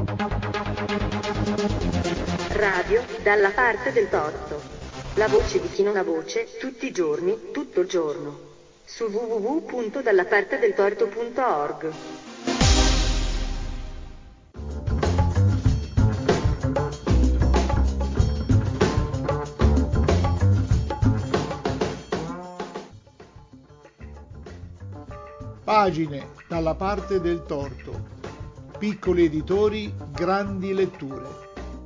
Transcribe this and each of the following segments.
Radio dalla parte del torto. La voce di chi non ha voce, tutti i giorni, tutto il giorno. Su www.dallapartedeltorto.org. Pagine dalla parte del torto. Piccoli editori, grandi letture.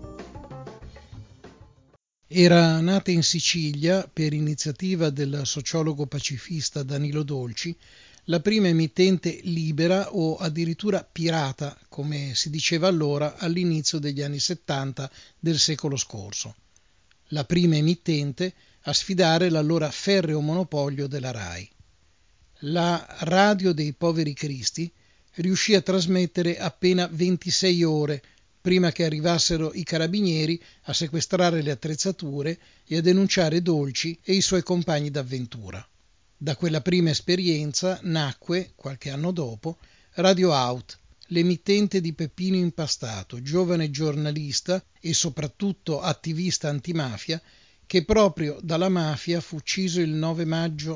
Era nata in Sicilia, per iniziativa del sociologo pacifista Danilo Dolci, la prima emittente libera o addirittura pirata, come si diceva allora all'inizio degli anni 70 del secolo scorso. La prima emittente a sfidare l'allora ferreo monopolio della RAI. La Radio dei Poveri Cristi riuscì a trasmettere appena 26 ore prima che arrivassero i carabinieri a sequestrare le attrezzature e a denunciare Dolci e i suoi compagni d'avventura. Da quella prima esperienza nacque, qualche anno dopo, Radio Out, l'emittente di Peppino Impastato, giovane giornalista e soprattutto attivista antimafia, che proprio dalla mafia fu ucciso il 9 maggio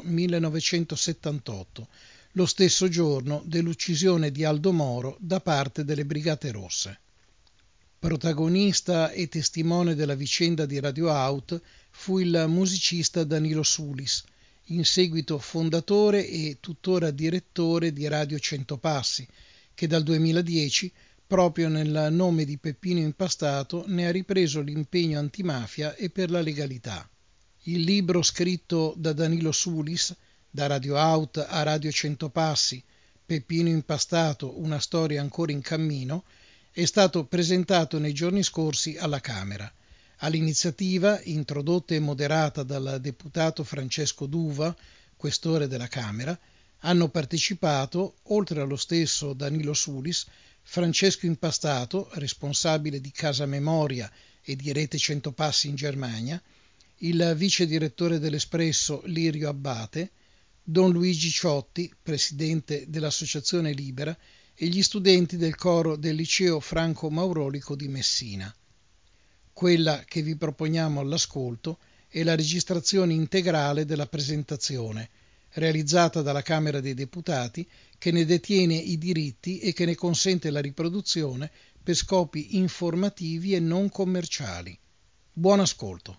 1978, lo stesso giorno dell'uccisione di Aldo Moro da parte delle Brigate Rosse. Protagonista e testimone della vicenda di Radio Out fu il musicista Danilo Sulis, in seguito fondatore e tuttora direttore di Radio Centopassi, che dal 2010, proprio nel nome di Peppino Impastato, ne ha ripreso l'impegno antimafia e per la legalità. Il libro scritto da Danilo Sulis, Da Radio Out a Radio Centopassi, Peppino Impastato, una storia ancora in cammino, è stato presentato nei giorni scorsi alla Camera. All'iniziativa, introdotta e moderata dal deputato Francesco D'Uva, questore della Camera, hanno partecipato, oltre allo stesso Danilo Sulis, Francesco Impastato, responsabile di Casa Memoria e di Rete Centopassi in Germania, il vice direttore dell'Espresso Lirio Abbate, Don Luigi Ciotti, presidente dell'Associazione Libera, e gli studenti del coro del liceo Franco Maurolico di Messina. Quella che vi proponiamo all'ascolto è la registrazione integrale della presentazione, realizzata dalla Camera dei Deputati, che ne detiene i diritti e che ne consente la riproduzione per scopi informativi e non commerciali. Buon ascolto.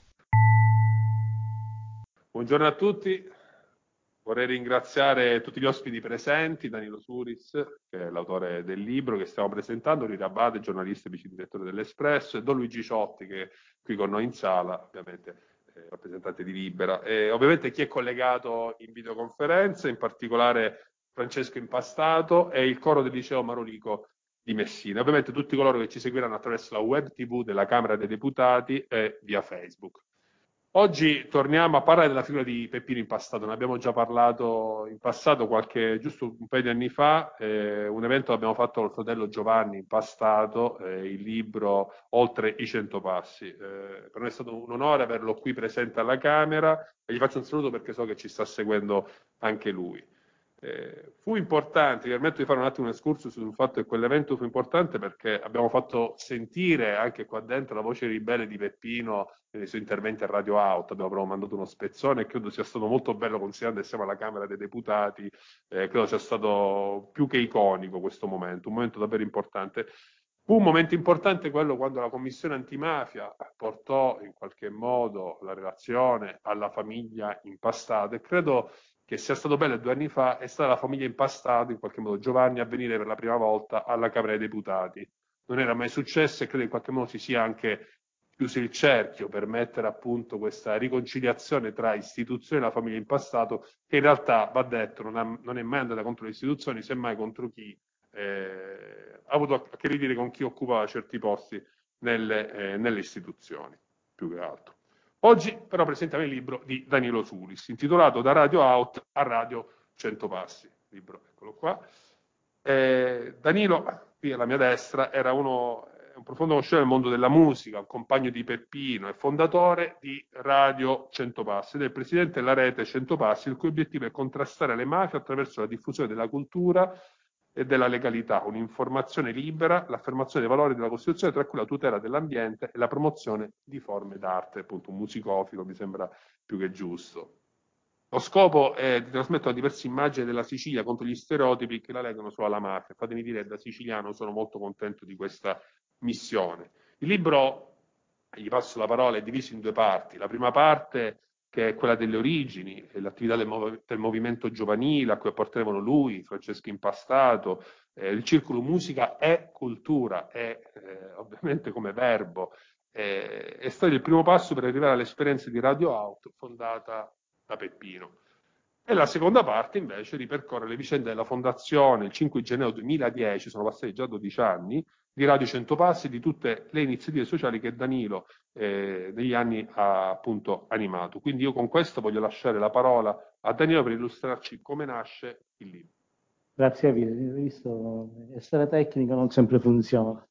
Buongiorno a tutti. Vorrei ringraziare tutti gli ospiti presenti, Danilo Sulis, che è l'autore del libro che stiamo presentando, Rita Abate, giornalista e vice direttore dell'Espresso, e Don Luigi Ciotti, che è qui con noi in sala, ovviamente rappresentante di Libera. E ovviamente chi è collegato in videoconferenza, in particolare Francesco Impastato e il coro del liceo Marolico di Messina. Ovviamente tutti coloro che ci seguiranno attraverso la web TV della Camera dei Deputati e via Facebook. Oggi torniamo a parlare della figura di Peppino Impastato. Ne abbiamo già parlato in passato, giusto un paio di anni fa, un evento che abbiamo fatto col fratello Giovanni Impastato, il libro Oltre i 100 passi. Per noi è stato un onore averlo qui presente alla Camera e gli faccio un saluto perché so che ci sta seguendo anche lui. Fu importante, mi permetto di fare un attimo un escursus sul fatto che quell'evento fu importante perché abbiamo fatto sentire anche qua dentro la voce ribelle di Peppino nei suoi interventi a Radio Out, abbiamo mandato uno spezzone e credo sia stato molto bello considerando che siamo alla Camera dei Deputati, credo sia stato più che iconico questo momento, un momento davvero importante. Fu un momento importante quello quando la Commissione Antimafia portò in qualche modo la relazione alla famiglia Impastato e credo che sia stato bello 2 anni fa, è stata la famiglia Impastato, in qualche modo Giovanni, a venire per la prima volta alla Camera dei Deputati. Non era mai successo e credo in qualche modo si sia anche chiuso il cerchio per mettere appunto questa riconciliazione tra istituzioni e la famiglia Impastato, che in realtà, va detto, non è mai andata contro le istituzioni, semmai contro chi ha avuto a che ridire con chi occupava certi posti nelle istituzioni, più che altro. Oggi però presentiamo il libro di Danilo Sulis, intitolato Da Radio Out a Radio Centopassi. Libro, eccolo qua. Danilo, qui alla mia destra, era un profondo conoscitore del mondo della musica, un compagno di Peppino e fondatore di Radio Centopassi ed è il presidente della rete Centopassi, il cui obiettivo è contrastare le mafie attraverso la diffusione della cultura e della legalità, un'informazione libera, l'affermazione dei valori della Costituzione, tra cui la tutela dell'ambiente e la promozione di forme d'arte, appunto un musicofilo mi sembra più che giusto. Lo scopo è di trasmettere diverse immagini della Sicilia contro gli stereotipi che la legano solo alla mafia. Fatemi dire, da siciliano sono molto contento di questa missione. Il libro, gli passo la parola, è diviso in due parti. La prima parte, che è quella delle origini, l'attività del movimento giovanile a cui appartenevano lui, Francesco Impastato, il Circolo Musica e Cultura, ovviamente come verbo, è stato il primo passo per arrivare all'esperienza di Radio Out fondata da Peppino. E la seconda parte invece ripercorre le vicende della fondazione il 5 gennaio 2010, sono passati già 12 anni, di Radio Centopassi e di tutte le iniziative sociali che Danilo negli anni ha appunto animato. Quindi io con questo voglio lasciare la parola a Danilo per illustrarci come nasce il libro. Grazie a Vito, ho visto, essere tecnico non sempre funziona.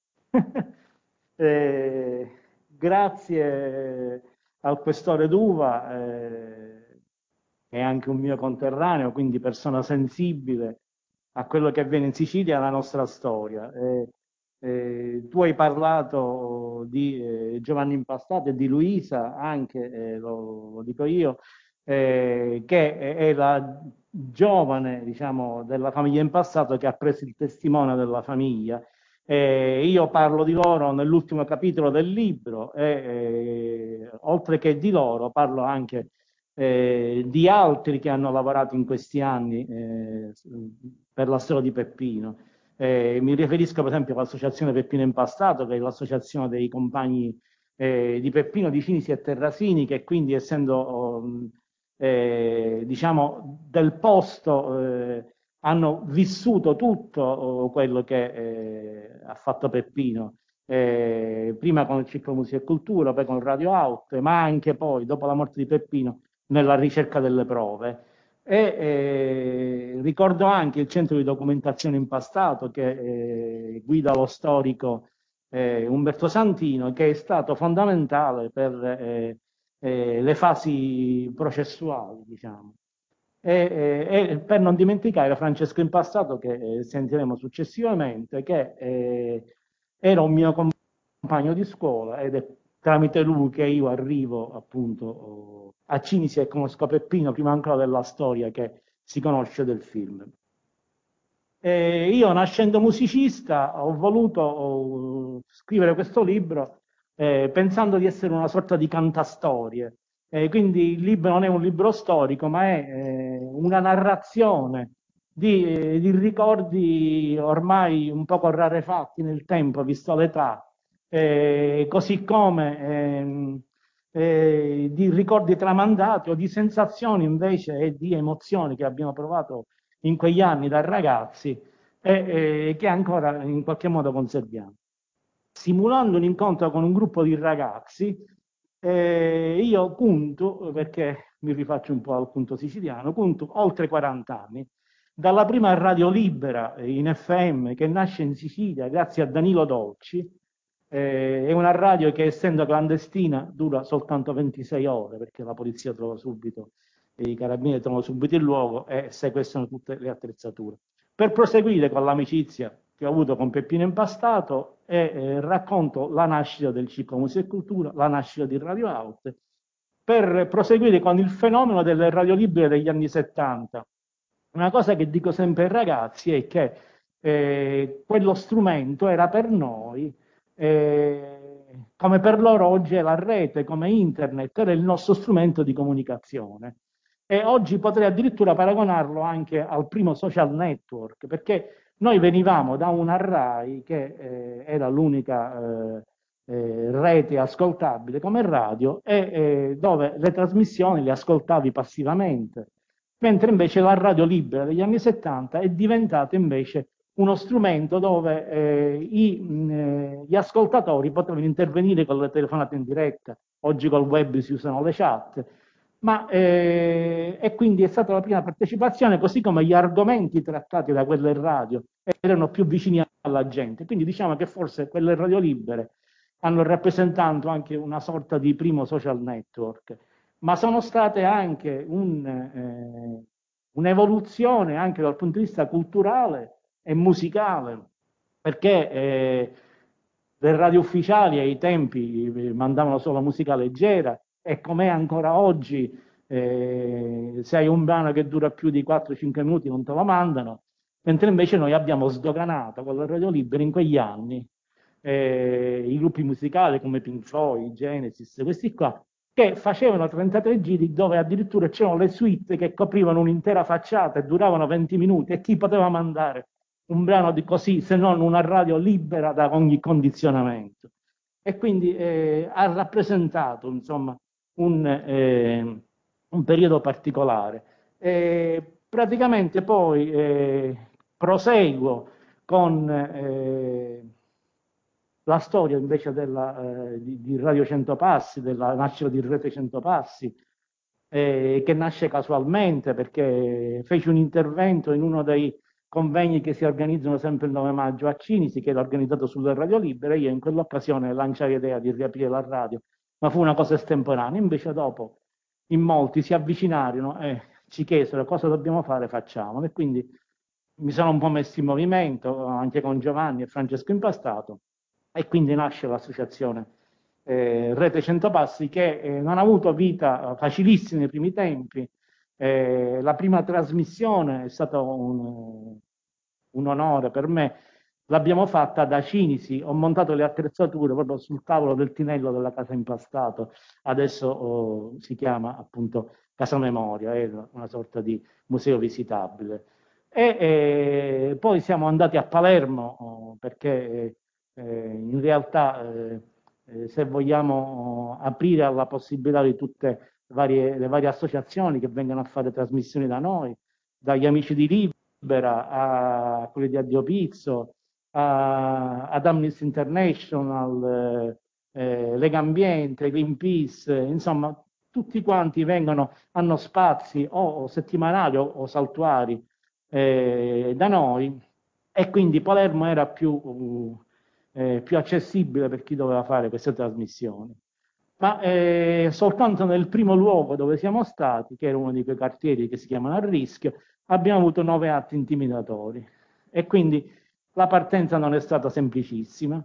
Grazie al questore D'Uva, che è anche un mio conterraneo, quindi persona sensibile a quello che avviene in Sicilia e alla nostra storia. Tu hai parlato di Giovanni Impastato e di Luisa, anche, lo dico io, che è la giovane, diciamo, della famiglia Impastato che ha preso il testimone della famiglia. Io parlo di loro nell'ultimo capitolo del libro e oltre che di loro parlo anche di altri che hanno lavorato in questi anni per la storia di Peppino. Mi riferisco per esempio all'associazione Peppino Impastato, che è l'associazione dei compagni di Peppino, di Cinisi e Terrasini, che quindi essendo diciamo del posto hanno vissuto tutto quello che ha fatto Peppino, prima con il Circolo Musica e Cultura, poi con Radio Out, ma anche poi dopo la morte di Peppino nella ricerca delle prove. Ricordo anche il centro di documentazione Impastato che guida lo storico Umberto Santino, che è stato fondamentale per le fasi processuali, diciamo. E per non dimenticare Francesco Impastato, che sentiremo successivamente, che era un mio compagno di scuola ed è tramite lui che io arrivo appunto a Cinisi e conosco Peppino prima ancora della storia che si conosce del film. Io, nascendo musicista, ho voluto scrivere questo libro pensando di essere una sorta di cantastorie. Quindi il libro non è un libro storico, ma è una narrazione di ricordi ormai un poco rarefatti nel tempo, visto l'età, così come di ricordi tramandati o di sensazioni invece e di emozioni che abbiamo provato in quegli anni da ragazzi e che ancora in qualche modo conserviamo. Simulando un incontro con un gruppo di ragazzi, io conto, perché mi rifaccio un po' al punto siciliano, conto oltre 40 anni, dalla prima radio libera in FM che nasce in Sicilia grazie a Danilo Dolci, è una radio che essendo clandestina dura soltanto 26 ore perché la polizia trova subito, i carabinieri trovano subito il luogo e sequestrano tutte le attrezzature. Per proseguire con l'amicizia che ho avuto con Peppino Impastato e racconto la nascita del Circolo Musica e Cultura, la nascita di Radio Out, per proseguire con il fenomeno delle radio libere degli anni 70. Una cosa che dico sempre ai ragazzi è che quello strumento era per noi come per loro oggi è la rete, come internet, era il nostro strumento di comunicazione. E oggi potrei addirittura paragonarlo anche al primo social network, perché noi venivamo da una RAI che era l'unica rete ascoltabile come radio e dove le trasmissioni le ascoltavi passivamente, mentre invece la radio libera degli anni 70 è diventata invece uno strumento dove gli ascoltatori potevano intervenire con le telefonate in diretta, oggi col web si usano le chat, e quindi è stata la prima partecipazione, così come gli argomenti trattati da quelle radio erano più vicini alla gente. Quindi diciamo che forse quelle radio libere hanno rappresentato anche una sorta di primo social network, ma sono state anche un'evoluzione anche dal punto di vista culturale e musicale, perché le radio ufficiali ai tempi mandavano solo musica leggera, e com'è ancora oggi, se hai un brano che dura più di 4-5 minuti non te lo mandano, mentre invece noi abbiamo sdoganato con le radio libere in quegli anni i gruppi musicali come Pink Floyd, Genesis, questi qua, che facevano 33 giri dove addirittura c'erano le suite che coprivano un'intera facciata e duravano 20 minuti, e chi poteva mandare un brano di così se non una radio libera da ogni condizionamento? E quindi ha rappresentato, insomma, un periodo particolare. Praticamente poi proseguo con la storia invece di Radio Centopassi, della nascita di Rete Centopassi, che nasce casualmente perché feci un intervento in uno dei convegni che si organizzano sempre il 9 maggio a Cinisi, che era organizzato sulle radio libere. Io in quell'occasione lanciai l'idea di riaprire la radio, ma fu una cosa estemporanea. Invece dopo in molti si avvicinarono e ci chiesero cosa dobbiamo fare, facciamolo. E quindi mi sono un po' messo in movimento anche con Giovanni e Francesco Impastato, e quindi nasce l'associazione Rete Centopassi, che non ha avuto vita facilissima nei primi tempi. La prima trasmissione è stato un onore per me. L'abbiamo fatta da Cinisi, ho montato le attrezzature proprio sul tavolo del tinello della Casa Impastato, adesso si chiama appunto Casa Memoria, è una sorta di museo visitabile. Poi siamo andati a Palermo perché in realtà se vogliamo aprire alla possibilità di tutte le varie associazioni che vengono a fare trasmissioni da noi, dagli amici di Libera a quelli di Addio Pizzo, ad Amnesty International, Legambiente, Greenpeace, insomma tutti quanti hanno spazi o settimanali o saltuari da noi, e quindi Palermo era più accessibile per chi doveva fare queste trasmissioni. Ma soltanto nel primo luogo dove siamo stati, che era uno di quei quartieri che si chiamano A Rischio, abbiamo avuto 9 atti intimidatori, e quindi la partenza non è stata semplicissima,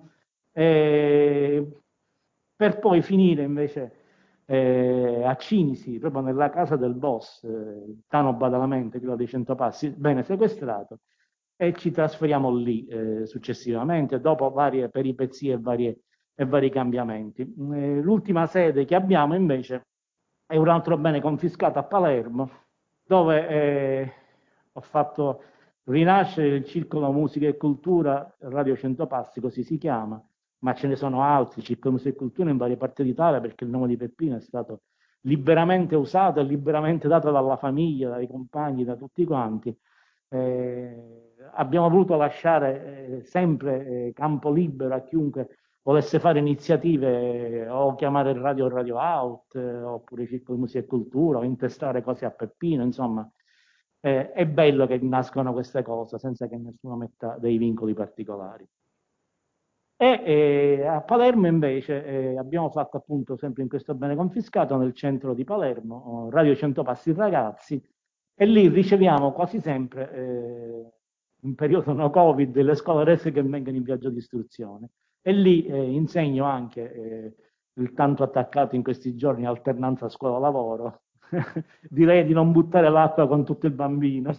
per poi finire invece a Cinisi, proprio nella casa del boss, Tano Badalamenti, quello dei Centopassi, bene sequestrato, e ci trasferiamo lì successivamente, dopo varie peripezie e vari cambiamenti. L'ultima sede che abbiamo invece è un altro bene confiscato a Palermo, dove ho fatto rinascere il Circolo Musica e Cultura Radio Centopassi, così si chiama, ma ce ne sono altri, Circolo Musica e Cultura in varie parti d'Italia, perché il nome di Peppino è stato liberamente usato e liberamente dato dalla famiglia, dai compagni, da tutti quanti. Abbiamo voluto lasciare sempre campo libero a chiunque volesse fare iniziative o chiamare il Radio Out, oppure Circolo di Musica e Cultura, o intestare cose a Peppino, insomma. È bello che nascono queste cose senza che nessuno metta dei vincoli particolari. A Palermo invece abbiamo fatto appunto sempre in questo bene confiscato nel centro di Palermo, Radio Centopassi Ragazzi, e lì riceviamo quasi sempre in periodo no Covid le scolaresse che vengono in viaggio di istruzione, e lì insegno anche il tanto attaccato in questi giorni alternanza scuola-lavoro. Direi di non buttare l'acqua con tutto il bambino,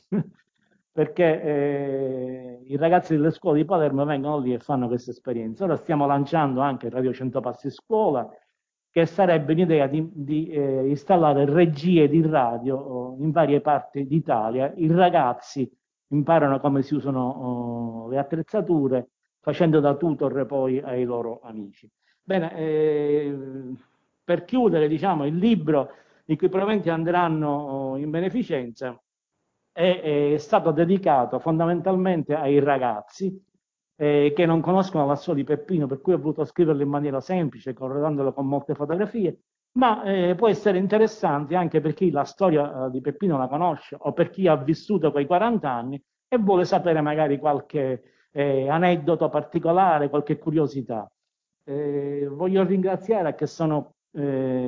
perché i ragazzi delle scuole di Palermo vengono lì e fanno questa esperienza. Ora stiamo lanciando anche Radio Centopassi Scuola, che sarebbe un'idea di installare regie di radio in varie parti d'Italia. I ragazzi imparano come si usano le attrezzature, facendo da tutor poi ai loro amici. Bene, per chiudere, diciamo, il libro i cui proventi andranno in beneficenza è stato dedicato fondamentalmente ai ragazzi che non conoscono la storia di Peppino, per cui ho voluto scriverlo in maniera semplice, corredandolo con molte fotografie, ma può essere interessante anche per chi la storia di Peppino la conosce, o per chi ha vissuto quei 40 anni e vuole sapere magari qualche aneddoto particolare, qualche curiosità. Voglio ringraziare a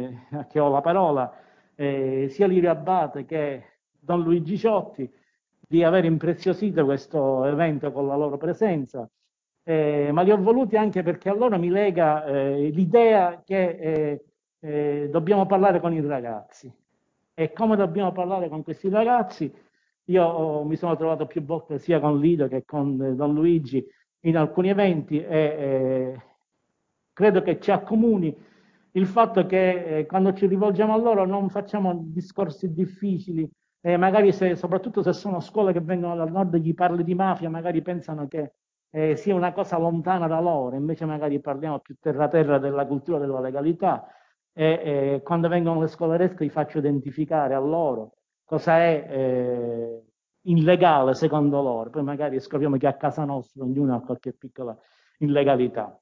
che ho la parola sia Lirio Abate che Don Luigi Ciotti di aver impreziosito questo evento con la loro presenza, ma li ho voluti anche perché a loro mi lega l'idea che dobbiamo parlare con i ragazzi. E come dobbiamo parlare con questi ragazzi? Io mi sono trovato più volte sia con Lido che con Don Luigi in alcuni eventi e credo che ci accomuni il fatto che quando ci rivolgiamo a loro non facciamo discorsi difficili, magari soprattutto se sono scuole che vengono dal nord e gli parli di mafia, magari pensano che sia una cosa lontana da loro, invece magari parliamo più terra terra della cultura della legalità e quando vengono le scolaresche li faccio identificare a loro cosa è illegale secondo loro, poi magari scopriamo che a casa nostra ognuno ha qualche piccola illegalità.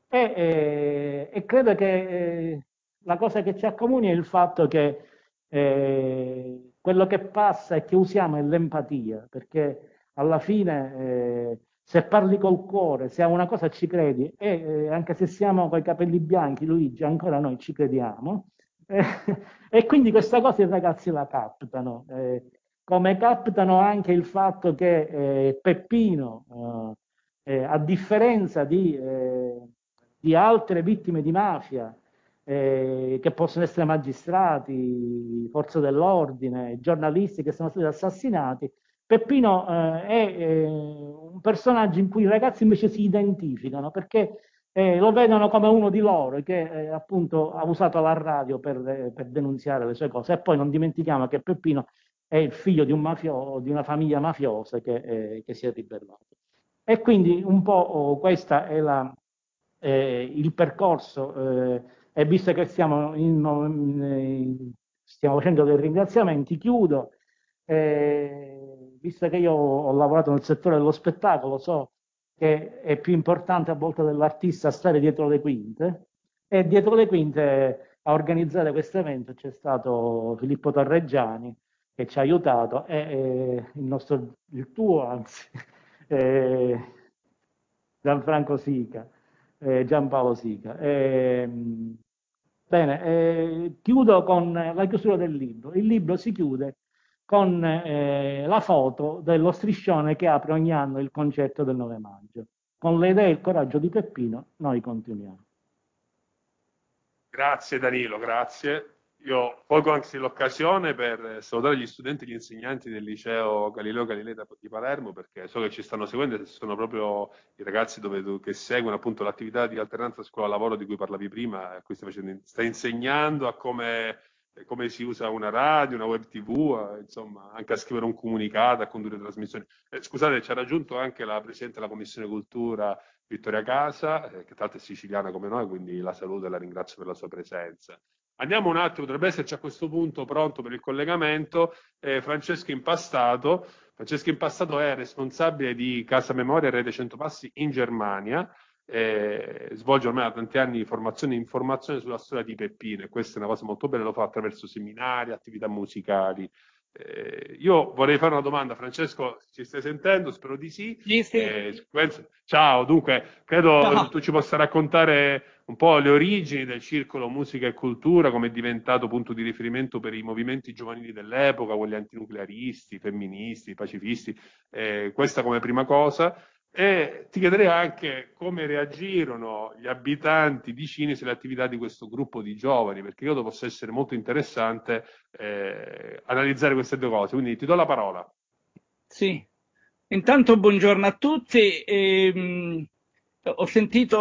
E credo che la cosa che ci accomuni è il fatto che quello che passa e che usiamo è l'empatia, perché alla fine se parli col cuore, se a una cosa ci credi, e anche se siamo con i capelli bianchi, Luigi, ancora noi ci crediamo, eh, e quindi questa cosa i ragazzi la captano, come captano anche il fatto che Peppino, a differenza di altre vittime di mafia, che possono essere magistrati, forze dell'ordine, giornalisti che sono stati assassinati, Peppino è un personaggio in cui i ragazzi invece si identificano perché lo vedono come uno di loro che appunto ha usato la radio per denunziare le sue cose. E poi non dimentichiamo che Peppino è il figlio di di una famiglia mafiosa che si è ribellato. E quindi un po' questo è il percorso, e visto che stiamo facendo dei ringraziamenti, chiudo. Visto che io ho lavorato nel settore dello spettacolo, so che è più importante a volte dell'artista stare dietro le quinte, e dietro le quinte a organizzare questo evento c'è stato Filippo Torreggiani che ci ha aiutato e il tuo, anzi, eh, Gianfranco Sica, Giampaolo Sica. Bene, chiudo con la chiusura del libro. Il libro si chiude con la foto dello striscione che apre ogni anno il concerto del 9 maggio. Con le idee e il coraggio di Peppino, noi continuiamo. Grazie Danilo, grazie. Io colgo anche l'occasione per salutare gli studenti e gli insegnanti del liceo Galileo Galilei di Palermo, perché so che ci stanno seguendo e sono proprio i ragazzi che seguono appunto l'attività di alternanza scuola-lavoro di cui parlavi prima, a cui stai insegnando a come si usa una radio, una web TV, insomma, anche a scrivere un comunicato, a condurre trasmissioni. Scusate, ci ha raggiunto anche la Presidente della Commissione Cultura, Vittoria Casa, che tra l'altro è siciliana come noi, quindi la saluto e la ringrazio per la sua presenza. Andiamo un attimo, dovrebbe esserci a questo punto pronto per il collegamento Francesco Impastato. Francesco Impastato è responsabile di Casa Memoria e Rete Centopassi in Germania, svolge ormai da tanti anni formazione e informazione sulla storia di Peppino e questa è una cosa molto bella, lo fa attraverso seminari, attività musicali. Io vorrei fare una domanda, Francesco, ci stai sentendo? Spero di sì. Sì, sì. Ciao, dunque, credo Ciao. tu ci possa raccontare un po' le origini del circolo Musica e Cultura, come è diventato punto di riferimento per i movimenti giovanili dell'epoca, quelli antinuclearisti, femministi, pacifisti, questa come prima cosa. E ti chiederei anche come reagirono gli abitanti di Cinisi alle attività di questo gruppo di giovani, perché credo possa essere molto interessante analizzare queste due cose. Quindi ti do la parola. Sì. Intanto buongiorno a tutti. Ho sentito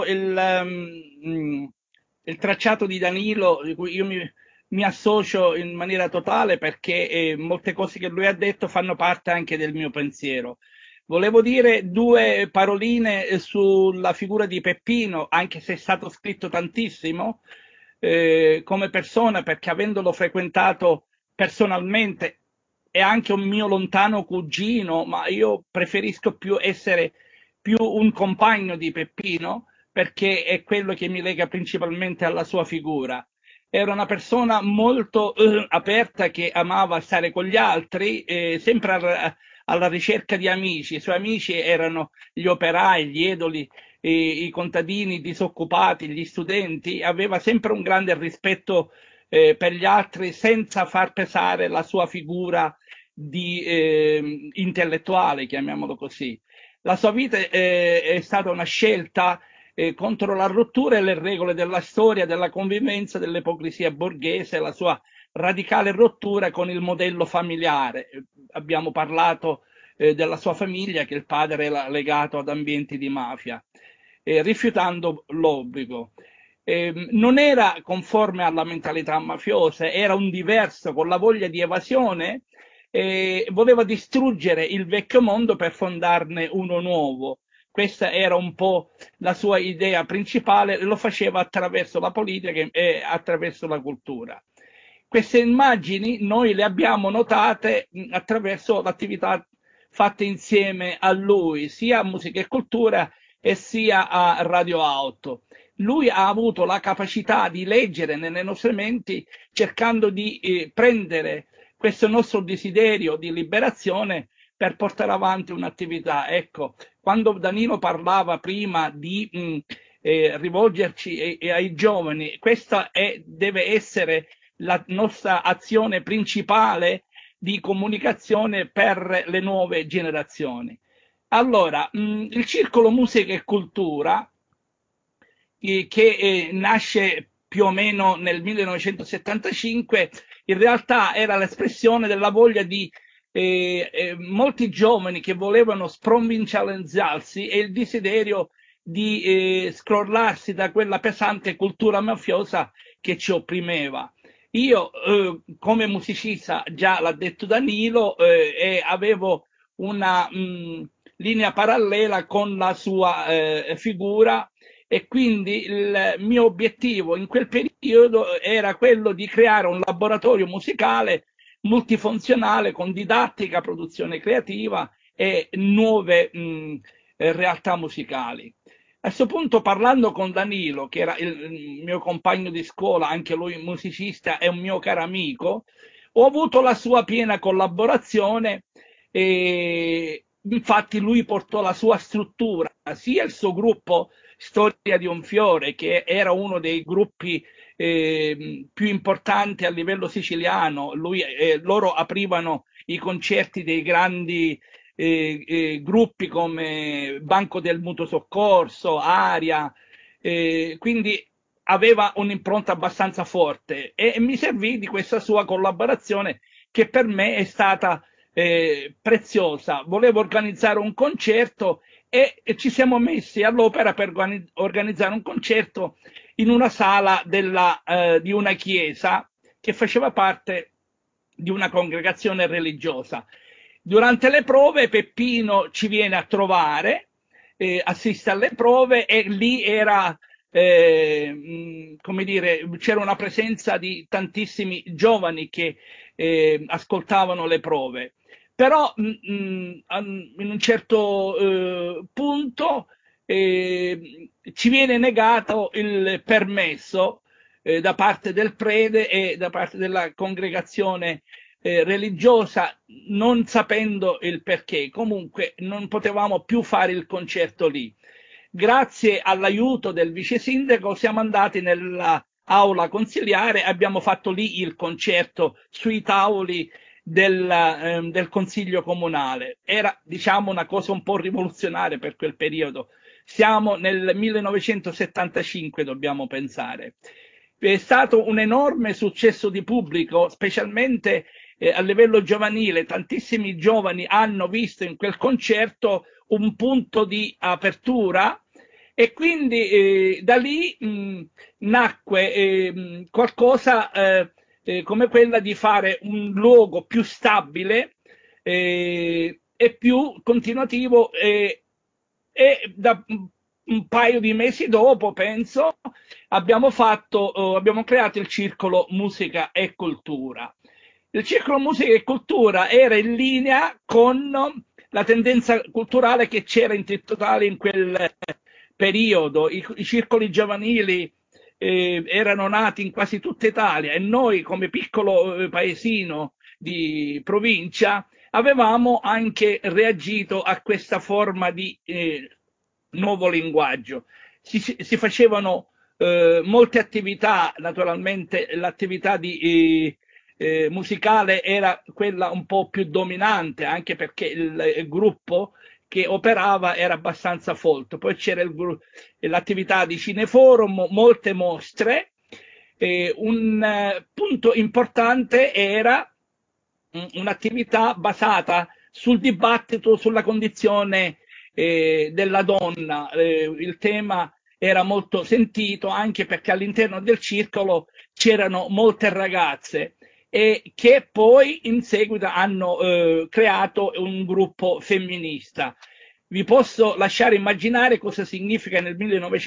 il tracciato di Danilo, di cui io mi associo in maniera totale perché molte cose che lui ha detto fanno parte anche del mio pensiero. Volevo dire due paroline sulla figura di Peppino, anche se è stato scritto tantissimo, come persona, perché avendolo frequentato personalmente è anche un mio lontano cugino, ma io preferisco più essere più un compagno di Peppino, perché è quello che mi lega principalmente alla sua figura. Era una persona molto aperta che amava stare con gli altri, sempre alla ricerca di amici. I suoi amici erano gli operai, gli edoli, i contadini, i disoccupati, gli studenti. Aveva sempre un grande rispetto per gli altri senza far pesare la sua figura intellettuale, chiamiamolo così. La sua vita è stata una scelta contro la rottura e le regole della storia, della convivenza, dell'ipocrisia borghese, la sua radicale rottura con il modello familiare. Abbiamo parlato della sua famiglia, che il padre era legato ad ambienti di mafia, rifiutando l'obbligo. Non era conforme alla mentalità mafiosa, era un diverso con la voglia di evasione, voleva distruggere il vecchio mondo per fondarne uno nuovo. Questa era un po' la sua idea principale, lo faceva attraverso la politica e attraverso la cultura. Queste immagini noi le abbiamo notate attraverso l'attività fatta insieme a lui, sia a Musica e Cultura e sia a Radio Auto. Lui ha avuto la capacità di leggere nelle nostre menti, cercando di prendere questo nostro desiderio di liberazione per portare avanti un'attività. Ecco, quando Danilo parlava prima di rivolgerci ai giovani, questa deve essere la nostra azione principale di comunicazione per le nuove generazioni. Allora, il Circolo Musica e Cultura, che nasce più o meno nel 1975, in realtà era l'espressione della voglia di molti giovani che volevano sprovincializzarsi e il desiderio di scrollarsi da quella pesante cultura mafiosa che ci opprimeva. Io, come musicista, già l'ha detto Danilo, avevo una linea parallela con la sua figura, e quindi il mio obiettivo in quel periodo era quello di creare un laboratorio musicale multifunzionale con didattica, produzione creativa e nuove realtà musicali. A questo punto, parlando con Danilo, che era il mio compagno di scuola, anche lui musicista e un mio caro amico, ho avuto la sua piena collaborazione, e infatti lui portò la sua struttura, sia il suo gruppo Storia di un Fiore, che era uno dei gruppi più importanti a livello siciliano. Loro aprivano i concerti dei grandi gruppi come Banco del Mutuo Soccorso, Aria, quindi aveva un'impronta abbastanza forte, e mi servì di questa sua collaborazione, che per me è stata preziosa. Volevo organizzare un concerto e ci siamo messi all'opera per organizzare un concerto in una sala di una chiesa che faceva parte di una congregazione religiosa. Durante le prove Peppino ci viene a trovare, assiste alle prove, e lì era, come dire, c'era una presenza di tantissimi giovani che ascoltavano le prove. Però in un certo punto ci viene negato il permesso da parte del prete e da parte della congregazione religiosa, non sapendo il perché. Comunque non potevamo più fare il concerto lì. Grazie all'aiuto del vice sindaco siamo andati nella aula consiliare, abbiamo fatto lì il concerto sui tavoli del Consiglio Comunale. Era, diciamo, una cosa un po' rivoluzionaria per quel periodo. Siamo nel 1975, dobbiamo pensare. È stato un enorme successo di pubblico, specialmente a livello giovanile. Tantissimi giovani hanno visto in quel concerto un punto di apertura, e quindi da lì nacque qualcosa come quella di fare un luogo più stabile e più continuativo, e da un paio di mesi dopo, penso, abbiamo creato il Circolo Musica e Cultura. Il Circolo Musica e Cultura era in linea con la tendenza culturale che c'era in totale in quel periodo. I circoli giovanili erano nati in quasi tutta Italia, e noi, come piccolo paesino di provincia, avevamo anche reagito a questa forma di nuovo linguaggio. Si facevano molte attività, naturalmente l'attività di musicale era quella un po' più dominante, anche perché il gruppo che operava era abbastanza folto. Poi c'era l'attività di cineforum, molte mostre. Un punto importante era un'attività basata sul dibattito sulla condizione della donna. Il tema era molto sentito anche perché all'interno del circolo c'erano molte ragazze e che poi in seguito hanno creato un gruppo femminista. Vi posso lasciare immaginare cosa significa nel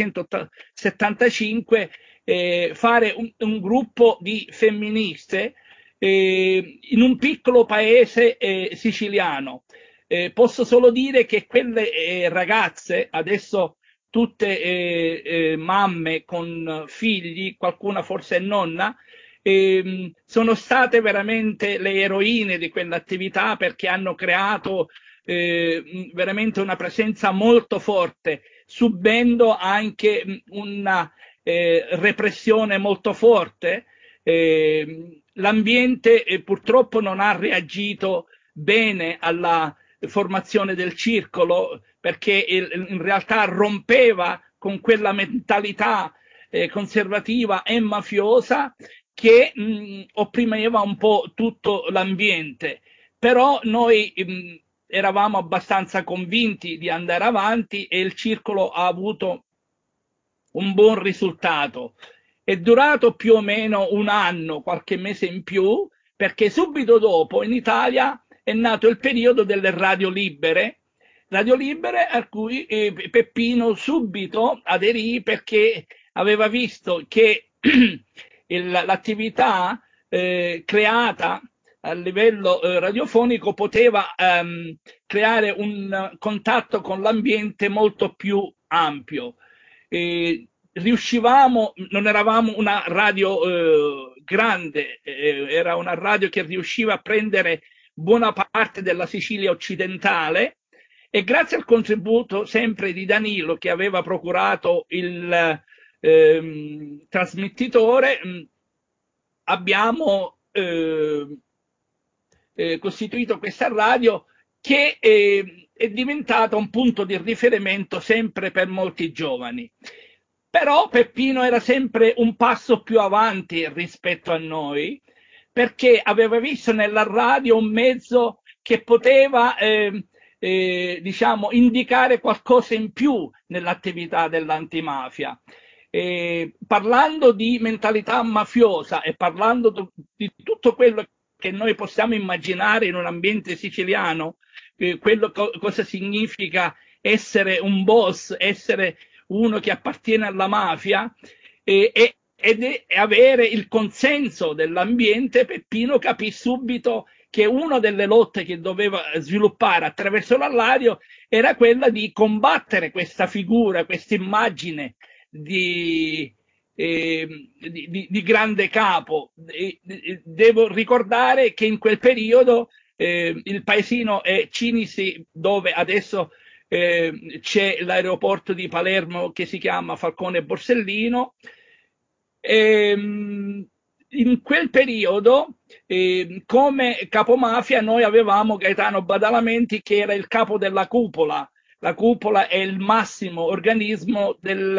1975 fare un gruppo di femministe in un piccolo paese siciliano. Posso solo dire che quelle ragazze, adesso tutte mamme con figli, qualcuna forse è nonna, sono state veramente le eroine di quell'attività perché hanno creato veramente una presenza molto forte, subendo anche una repressione molto forte. L'ambiente purtroppo non ha reagito bene alla formazione del circolo perché in realtà rompeva con quella mentalità conservativa e mafiosa che opprimeva un po' tutto l'ambiente. Però noi eravamo abbastanza convinti di andare avanti e il circolo ha avuto un buon risultato. È durato più o meno un anno, qualche mese in più, perché subito dopo in Italia è nato il periodo delle radio libere a cui Peppino subito aderì perché aveva visto che l'attività creata a livello radiofonico poteva creare un contatto con l'ambiente molto più ampio. Riuscivamo, non eravamo una radio grande, era una radio che riusciva a prendere buona parte della Sicilia occidentale e grazie al contributo sempre di Danilo che aveva procurato il trasmettitore abbiamo costituito questa radio che è diventata un punto di riferimento sempre per molti giovani. Però Peppino era sempre un passo più avanti rispetto a noi, perché aveva visto nella radio un mezzo che poteva diciamo, indicare qualcosa in più nell'attività dell'antimafia. Parlando di mentalità mafiosa e parlando di tutto quello che noi possiamo immaginare in un ambiente siciliano, quello cosa significa essere un boss, essere uno che appartiene alla mafia ed avere il consenso dell'ambiente, Peppino capì subito che una delle lotte che doveva sviluppare attraverso la radio era quella di combattere questa figura, questa immagine di grande capo. Devo ricordare che in quel periodo il paesino è Cinisi, dove adesso c'è l'aeroporto di Palermo che si chiama Falcone Borsellino. In quel periodo come capomafia noi avevamo Gaetano Badalamenti che era il capo della cupola. La cupola è il massimo organismo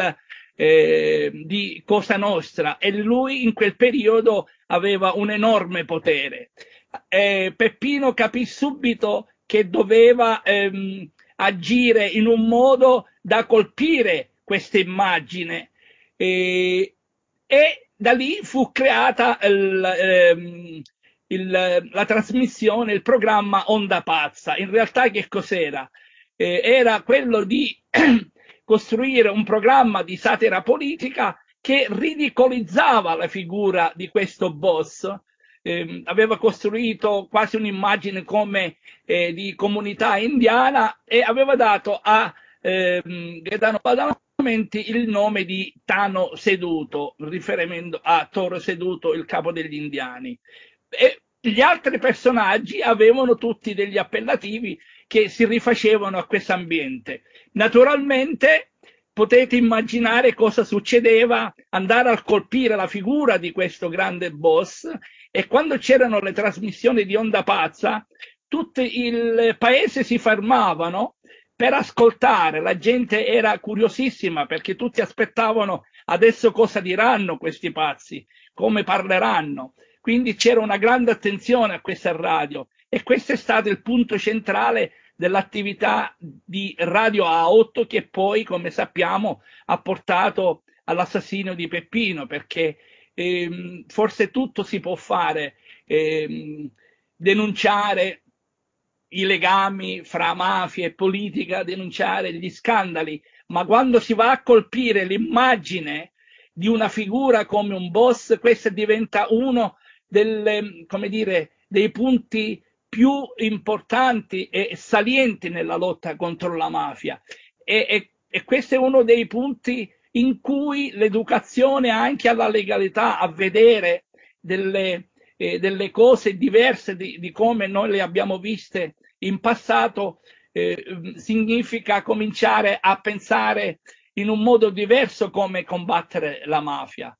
di Cosa Nostra e lui in quel periodo aveva un enorme potere. Peppino capì subito che doveva agire in un modo da colpire questa immagine e da lì fu creata la trasmissione, il programma Onda Pazza. In realtà che cos'era? Era quello di costruire un programma di satira politica che ridicolizzava la figura di questo boss. Aveva costruito quasi un'immagine come di comunità indiana e aveva dato a Gaetano Badalamenti il nome di Tano Seduto, riferimento a Toro Seduto, il capo degli indiani. E gli altri personaggi avevano tutti degli appellativi che si rifacevano a questo ambiente. Naturalmente potete immaginare cosa succedeva andare a colpire la figura di questo grande boss, e quando c'erano le trasmissioni di Onda Pazza, tutto il paese si fermavano per ascoltare, la gente era curiosissima perché tutti aspettavano adesso cosa diranno questi pazzi, come parleranno. Quindi c'era una grande attenzione a questa radio, e questo è stato il punto centrale dell'attività di Radio A8, che poi, come sappiamo, ha portato all'assassinio di Peppino, perché forse tutto si può fare, denunciare i legami fra mafia e politica, denunciare gli scandali, ma quando si va a colpire l'immagine di una figura come un boss, questo diventa uno come dire, dei punti più importanti e salienti nella lotta contro la mafia. E questo è uno dei punti in cui l'educazione anche alla legalità, a vedere delle cose diverse di come noi le abbiamo viste in passato, significa cominciare a pensare in un modo diverso come combattere la mafia.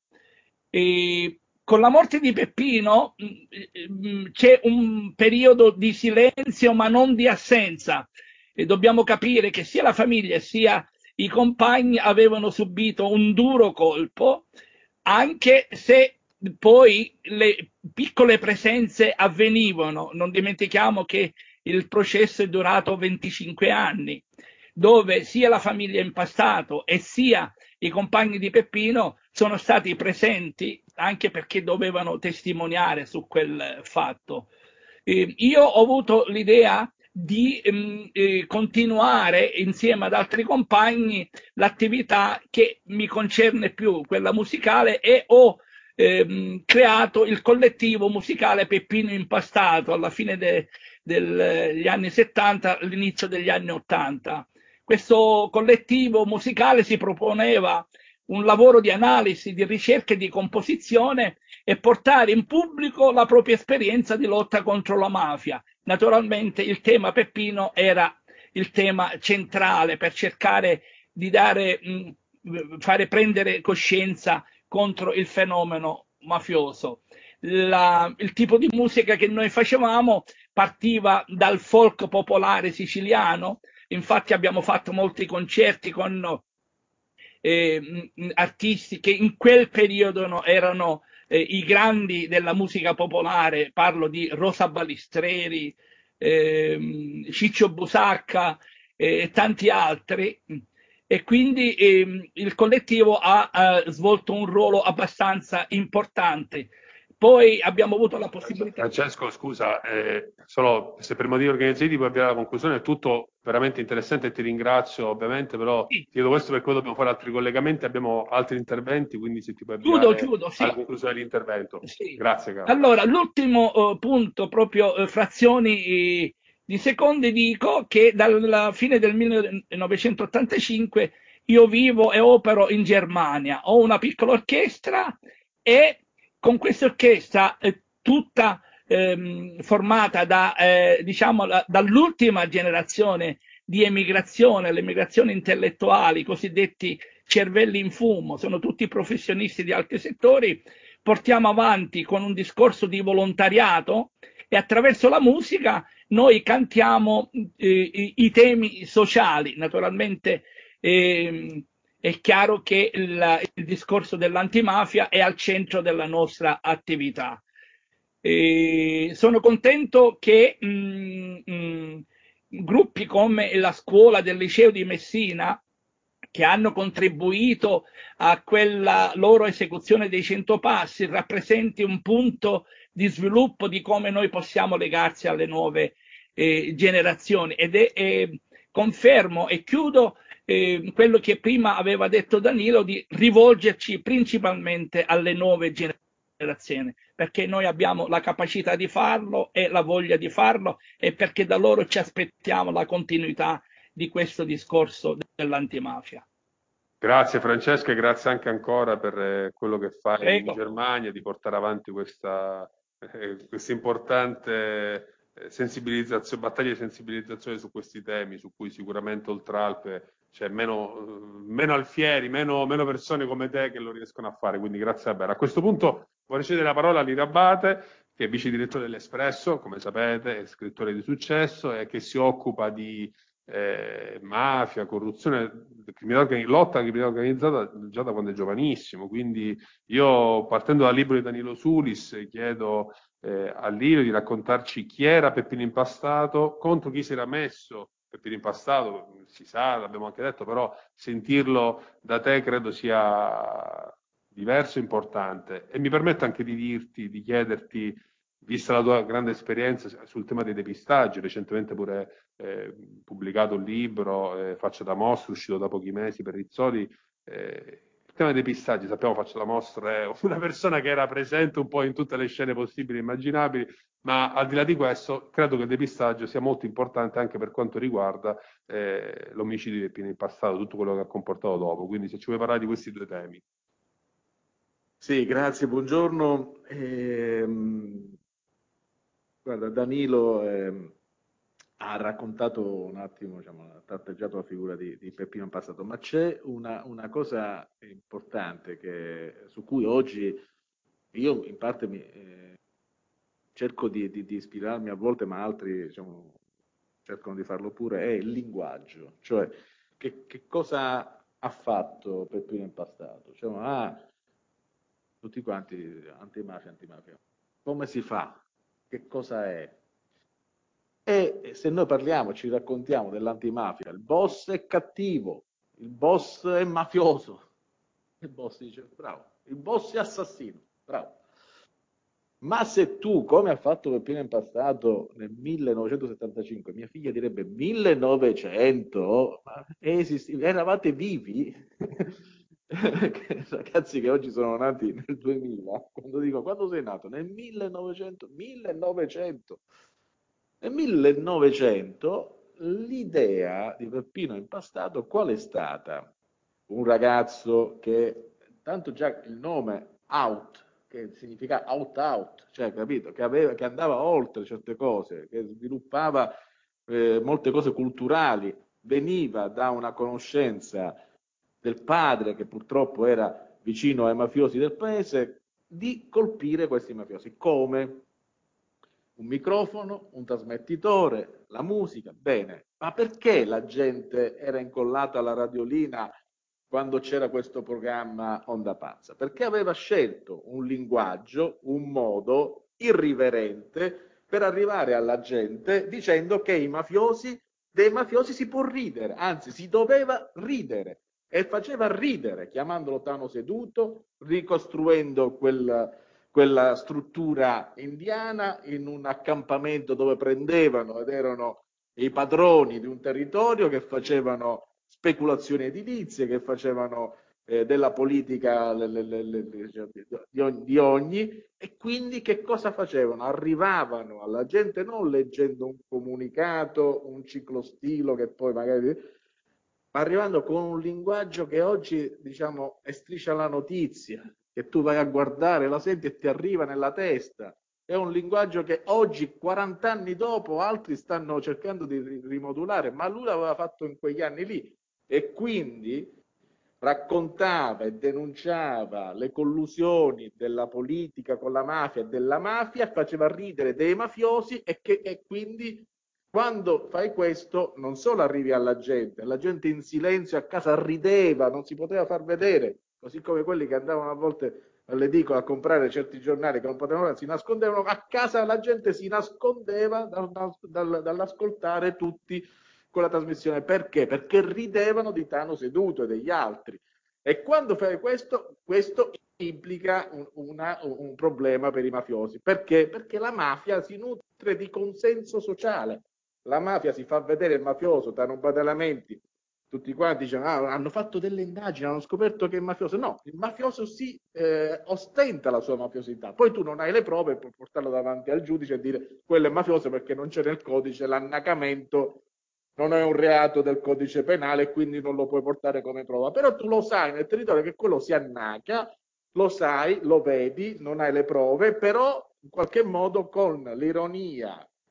E con la morte di Peppino c'è un periodo di silenzio, ma non di assenza, e dobbiamo capire che sia la famiglia sia i compagni avevano subito un duro colpo, anche se poi le piccole presenze avvenivano. Non dimentichiamo che il processo è durato 25 anni, dove sia la famiglia Impastato e sia i compagni di Peppino sono stati presenti, anche perché dovevano testimoniare su quel fatto. Io ho avuto l'idea di continuare insieme ad altri compagni l'attività che mi concerne più, quella musicale, e ho creato il collettivo musicale Peppino Impastato alla fine degli anni 70, all'inizio degli anni 80. Questo collettivo musicale si proponeva un lavoro di analisi, di ricerca e di composizione, e portare in pubblico la propria esperienza di lotta contro la mafia. Naturalmente il tema Peppino era il tema centrale per cercare di fare prendere coscienza contro il fenomeno mafioso. Il tipo di musica che noi facevamo partiva dal folk popolare siciliano, infatti abbiamo fatto molti concerti con artisti che in quel periodo erano i grandi della musica popolare, parlo di Rosa Balistreri, Ciccio Busacca e tanti altri, e quindi il collettivo ha svolto un ruolo abbastanza importante. Poi abbiamo avuto la possibilità... Francesco, scusa, solo se per motivi organizzativi puoi avviare la conclusione, è tutto veramente interessante e ti ringrazio ovviamente, però Sì. ti chiedo questo perché dobbiamo fare altri collegamenti, abbiamo altri interventi, quindi se ti puoi avviare Sì. alla conclusione dell'intervento. Sì. Grazie, caro. Allora, l'ultimo punto, proprio frazioni di secondi, dico che dalla fine del 1985 io vivo e opero in Germania, ho una piccola orchestra, e con questa orchestra tutta formata diciamo, dall'ultima generazione di emigrazione, l'emigrazione intellettuali, i cosiddetti cervelli in fumo, sono tutti professionisti di altri settori, portiamo avanti con un discorso di volontariato, e attraverso la musica noi cantiamo i temi sociali. Naturalmente è chiaro che il discorso dell'antimafia è al centro della nostra attività. Sono contento che gruppi come la scuola del liceo di Messina, che hanno contribuito a quella loro esecuzione dei 100 passi, rappresenti un punto di sviluppo di come noi possiamo legarci alle nuove generazioni. Confermo e chiudo quello che prima aveva detto Danilo, di rivolgerci principalmente alle nuove generazioni, perché noi abbiamo la capacità di farlo e la voglia di farlo, e perché da loro ci aspettiamo la continuità di questo discorso dell'antimafia. Grazie Francesca e grazie anche ancora per quello che fai Prego. in Germania, di portare avanti questa importante battaglia di sensibilizzazione su questi temi, su cui sicuramente Oltralpe c'è meno alfieri, meno persone come te che lo riescono a fare, quindi grazie a bene. A questo punto vorrei cedere la parola a Lino Abate, che è vice direttore dell'Espresso, come sapete, è scrittore di successo e che si occupa di mafia, corruzione, lotta alla criminalità organizzata già da quando è giovanissimo. Quindi io, partendo dal libro di Danilo Sulis, chiedo a Lino di raccontarci chi era Peppino Impastato, contro chi si era messo Peppino Impastato, si sa, l'abbiamo anche detto, però sentirlo da te credo sia diverso e importante. E mi permetto anche di chiederti, vista la tua grande esperienza sul tema dei depistaggi, recentemente pure pubblicato un libro, Faccia da mostra, uscito da pochi mesi per Rizzoli, il tema dei depistaggi, sappiamo Faccia da mostra è una persona che era presente un po' in tutte le scene possibili e immaginabili, ma al di là di questo credo che il depistaggio sia molto importante anche per quanto riguarda l'omicidio di Peppino Impastato, tutto quello che ha comportato dopo. Quindi se ci vuoi parlare di questi due temi. Sì, grazie, buongiorno. Guarda, Danilo ha raccontato un attimo, diciamo, ha tratteggiato la figura di Peppino Impastato, ma c'è una cosa importante su cui oggi io in parte cerco di ispirarmi a volte, ma altri diciamo, cercano di farlo pure, è il linguaggio, cioè che cosa ha fatto Peppino Impastato? Cioè, tutti quanti antimafia, antimafia. Come si fa? Che cosa è? E se noi parliamo, ci raccontiamo dell'antimafia, il boss è cattivo, il boss è mafioso, il boss dice bravo, il boss è assassino, bravo. Ma se tu, come ha fatto Peppino Impastato nel 1975, mia figlia direbbe 1900, ma eravate vivi? Ragazzi che oggi sono nati nel 2000, quando dico quando sei nato? Nel 1900, 1900. Nel 1900 l'idea di Peppino Impastato qual è stata? Un ragazzo che, tanto già il nome Out, che significa out, cioè capito, che andava oltre certe cose, che sviluppava molte cose culturali, veniva da una conoscenza del padre che purtroppo era vicino ai mafiosi del paese, di colpire questi mafiosi. Come? Un microfono, un trasmettitore, la musica, bene, ma perché la gente era incollata alla radiolina quando c'era questo programma Onda Pazza? Perché aveva scelto un linguaggio, un modo irriverente per arrivare alla gente dicendo che dei mafiosi si può ridere, anzi si doveva ridere e faceva ridere chiamandolo Tano Seduto, ricostruendo quella struttura indiana in un accampamento dove prendevano ed erano i padroni di un territorio che facevano speculazioni edilizie, che facevano della politica di ogni, e quindi che cosa facevano? Arrivavano alla gente non leggendo un comunicato, un ciclostilo che poi magari, ma arrivando con un linguaggio che oggi diciamo è striscia la notizia, che tu vai a guardare, la senti e ti arriva nella testa. È un linguaggio che oggi, 40 anni dopo, altri stanno cercando di rimodulare, ma lui l'aveva fatto in quegli anni lì. E quindi raccontava e denunciava le collusioni della politica con la mafia e della mafia, faceva ridere dei mafiosi e quindi quando fai questo non solo arrivi alla gente in silenzio a casa rideva, non si poteva far vedere, così come quelli che andavano a volte all'edicola a comprare certi giornali che non potevano, si nascondevano a casa, la gente si nascondeva dall'ascoltare tutti quella trasmissione. Perché? Perché ridevano di Tano Seduto e degli altri. E quando fai questo implica un problema per i mafiosi. Perché? Perché la mafia si nutre di consenso sociale. La mafia si fa vedere il mafioso, Tano Badalamenti, tutti quanti dicono hanno fatto delle indagini, hanno scoperto che è mafioso. No, il mafioso si ostenta la sua mafiosità. Poi tu non hai le prove per portarlo davanti al giudice e dire quello è mafioso perché non c'è nel codice l'annacamento, non è un reato del codice penale e quindi non lo puoi portare come prova. Però tu lo sai nel territorio che quello si annaca, lo sai, lo vedi, non hai le prove, però in qualche modo con l'ironia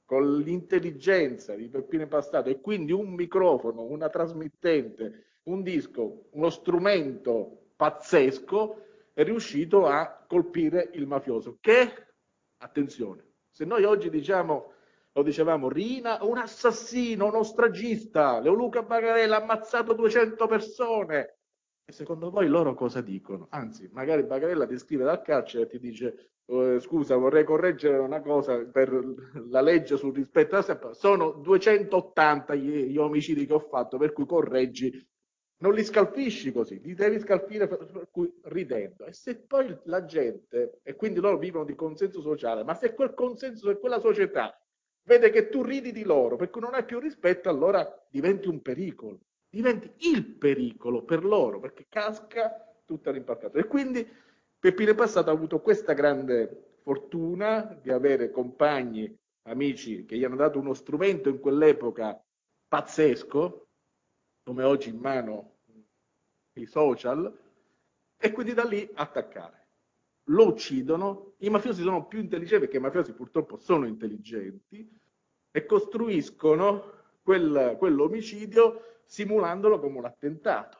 con l'intelligenza di Peppino Impastato e quindi un microfono, una trasmittente, un disco, uno strumento pazzesco, è riuscito a colpire il mafioso. Che, attenzione, se noi oggi diciamo, lo dicevamo, Rina, un assassino, uno stragista, Leoluca Bagarella ha ammazzato 200 persone. E secondo voi loro cosa dicono? Anzi, magari Bagarella ti scrive dal carcere e ti dice scusa, vorrei correggere una cosa per la legge sul rispetto alla stampa, sono 280 gli omicidi che ho fatto, per cui correggi, non li scalfisci così, li devi scalfire per cui ridendo. E se poi la gente, e quindi loro vivono di consenso sociale, ma se quel consenso, se quella società vede che tu ridi di loro, per cui non hai più rispetto, allora diventi un pericolo, diventi il pericolo per loro, perché casca tutta l'impalcatura. E quindi Peppino Impastato ha avuto questa grande fortuna di avere compagni, amici che gli hanno dato uno strumento in quell'epoca pazzesco, come oggi in mano i social, e quindi da lì attaccare. Lo uccidono, i mafiosi sono più intelligenti perché i mafiosi purtroppo sono intelligenti e costruiscono quell'omicidio simulandolo come un attentato.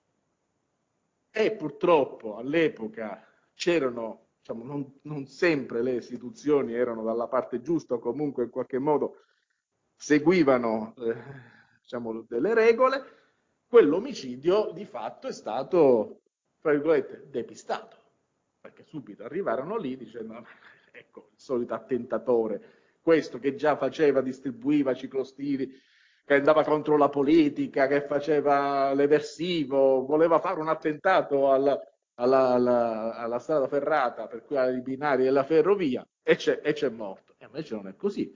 E purtroppo all'epoca c'erano, diciamo, non sempre le istituzioni erano dalla parte giusta o comunque in qualche modo seguivano diciamo, delle regole, quell'omicidio di fatto è stato, tra virgolette, depistato, perché subito arrivarono lì dicendo, ecco, il solito attentatore, questo che già faceva, distribuiva ciclostili, che andava contro la politica, che faceva l'eversivo, voleva fare un attentato alla strada ferrata, per cui ai binari della ferrovia, e c'è morto. E invece non è così,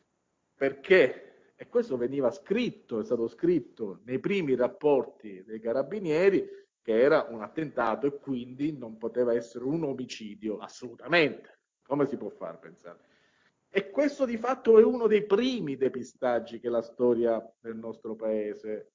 perché, e questo veniva scritto, è stato scritto nei primi rapporti dei carabinieri, che era un attentato e quindi non poteva essere un omicidio, assolutamente. Come si può fare, pensare? E questo di fatto è uno dei primi depistaggi che la storia del nostro paese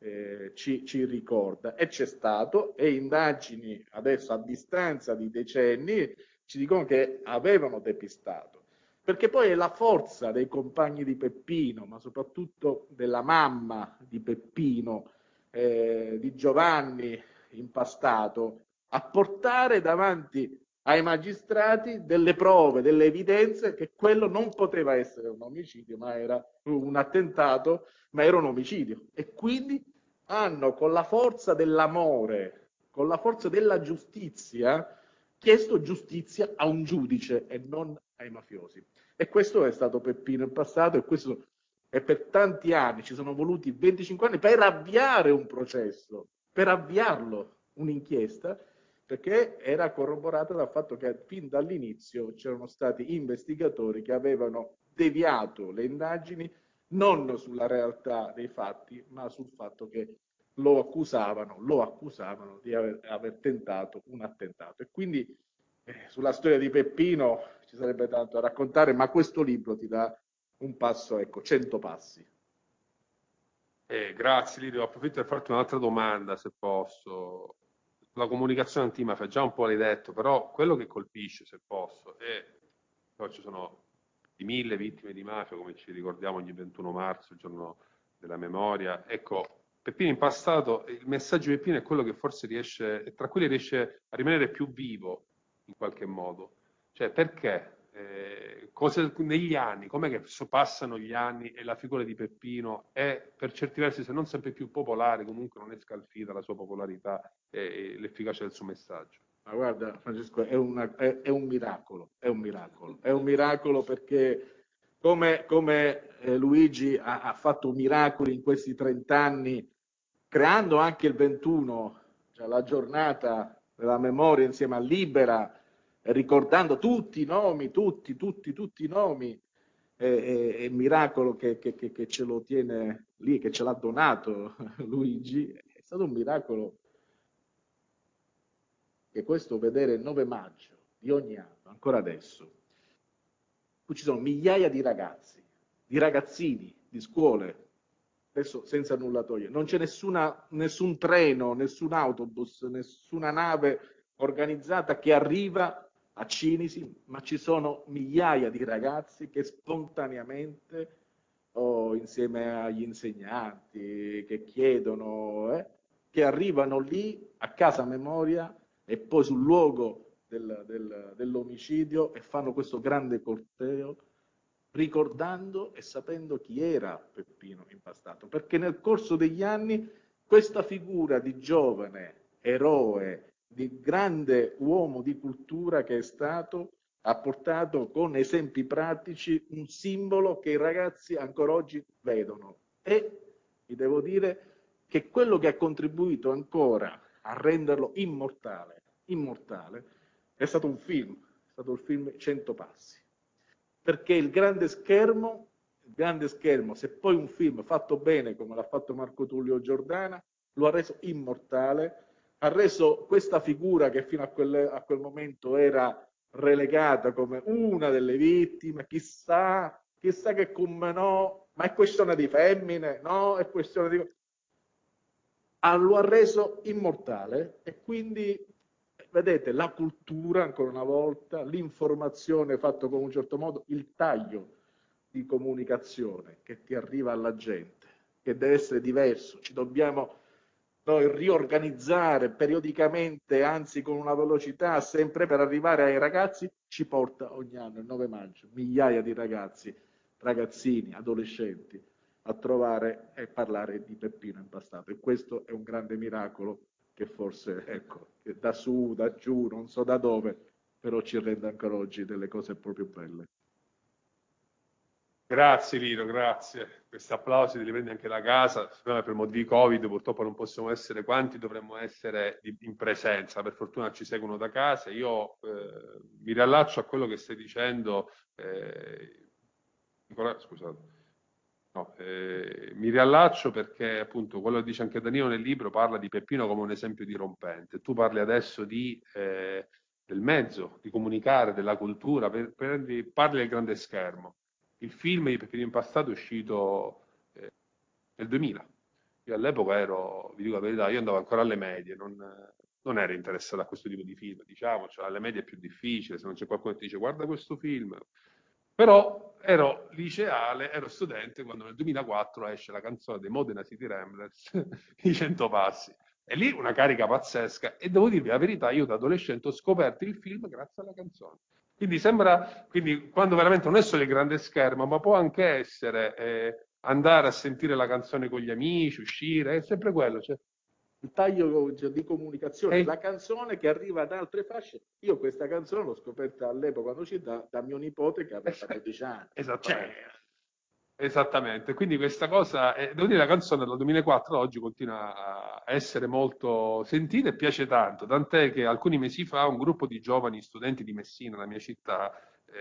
ci ricorda. E c'è stato, e indagini adesso a distanza di decenni ci dicono che avevano depistato. Perché poi è la forza dei compagni di Peppino, ma soprattutto della mamma di Peppino, di Giovanni Impastato, a portare davanti ai magistrati delle prove, delle evidenze che quello non poteva essere un omicidio, ma era un attentato, ma era un omicidio. E quindi hanno, con la forza dell'amore, con la forza della giustizia, chiesto giustizia a un giudice e non ai mafiosi. E questo è stato Peppino in passato e questo è per tanti anni, ci sono voluti 25 anni per avviare un processo, per avviarlo, un'inchiesta, perché era corroborata dal fatto che fin dall'inizio c'erano stati investigatori che avevano deviato le indagini non sulla realtà dei fatti, ma sul fatto che lo accusavano di aver tentato un attentato. E quindi sulla storia di Peppino ci sarebbe tanto da raccontare, ma questo libro ti dà un passo, ecco, 100 passi. Grazie Lidio, approfitto per farti un'altra domanda se posso. La comunicazione antimafia, già un po' l'hai detto, però quello che colpisce, se posso, è che ci sono di 1000 vittime di mafia, come ci ricordiamo ogni 21 marzo, il giorno della memoria. Ecco, Peppino Impastato, il messaggio di Peppino è quello che forse riesce, tra quelli riesce a rimanere più vivo in qualche modo. Cioè, perché? Negli anni, com'è che passano gli anni e la figura di Peppino è per certi versi, se non sempre più popolare, comunque non è scalfita la sua popolarità e l'efficacia del suo messaggio? Ma guarda, Francesco, è un miracolo, è un miracolo perché come Luigi ha fatto miracoli in questi 30 anni, creando anche il 21, cioè la giornata della memoria insieme a Libera, ricordando tutti i nomi, tutti i nomi, è miracolo che ce lo tiene lì, che ce l'ha donato Luigi, è stato un miracolo che questo vedere il 9 maggio di ogni anno, ancora adesso, qui ci sono migliaia di ragazzi, di ragazzini, di scuole, adesso senza nulla togliere, non c'è nessun treno, nessun autobus, nessuna nave organizzata che arriva a Cinisi, ma ci sono migliaia di ragazzi che spontaneamente o insieme agli insegnanti che chiedono, che arrivano lì a casa memoria e poi sul luogo dell'omicidio e fanno questo grande corteo ricordando e sapendo chi era Peppino Impastato, perché nel corso degli anni questa figura di giovane eroe, di grande uomo di cultura che è stato, ha portato con esempi pratici un simbolo che i ragazzi ancora oggi vedono. E vi devo dire che quello che ha contribuito ancora a renderlo immortale, è stato un film, è stato il film 100 passi. Perché il grande schermo, se poi un film fatto bene come l'ha fatto Marco Tullio Giordana, lo ha reso immortale, ha reso questa figura che fino a quel momento era relegata come una delle vittime, chissà che come no, ma è questione di femmine, no, è questione di... lo ha reso immortale e quindi, vedete, la cultura, ancora una volta, l'informazione fatta con un certo modo, il taglio di comunicazione che ti arriva alla gente, che deve essere diverso, ci dobbiamo noi riorganizzare periodicamente, anzi con una velocità sempre per arrivare ai ragazzi, ci porta ogni anno, il 9 maggio, migliaia di ragazzi, ragazzini, adolescenti, a trovare e parlare di Peppino Impastato. E questo è un grande miracolo che forse, ecco, che da su, da giù, non so da dove, però ci rende ancora oggi delle cose proprio belle. Grazie Lino, grazie. Questi applausi te li prendi anche da casa. Per motivi Covid purtroppo non possiamo essere quanti, dovremmo essere in presenza. Per fortuna ci seguono da casa. Io mi riallaccio a quello che stai dicendo. Nicola, scusate. No, mi riallaccio perché appunto quello che dice anche Danilo nel libro parla di Peppino come un esempio dirompente. Tu parli adesso del mezzo, di comunicare, della cultura, parli del grande schermo. Il film di Peppino Impastato è uscito nel 2000. Io all'epoca ero, vi dico la verità, io andavo ancora alle medie, non ero interessato a questo tipo di film, diciamo, cioè alle medie è più difficile, se non c'è qualcuno che ti dice guarda questo film. Però ero liceale, ero studente quando nel 2004 esce la canzone dei Modena City Ramblers, I 100 passi. E lì una carica pazzesca e devo dirvi la verità, io da adolescente ho scoperto il film grazie alla canzone. Quindi quando veramente non è solo il grande schermo, ma può anche essere andare a sentire la canzone con gli amici, uscire, è sempre quello. Cioè, il taglio di comunicazione, la canzone che arriva da altre fasce. Io questa canzone l'ho scoperta all'epoca quando uscì da mio nipote che aveva 12 anni. Esattamente. Esattamente, quindi questa cosa, devo dire, la canzone dal 2004 oggi continua a essere molto sentita e piace tanto, tant'è che alcuni mesi fa un gruppo di giovani studenti di Messina, la mia città,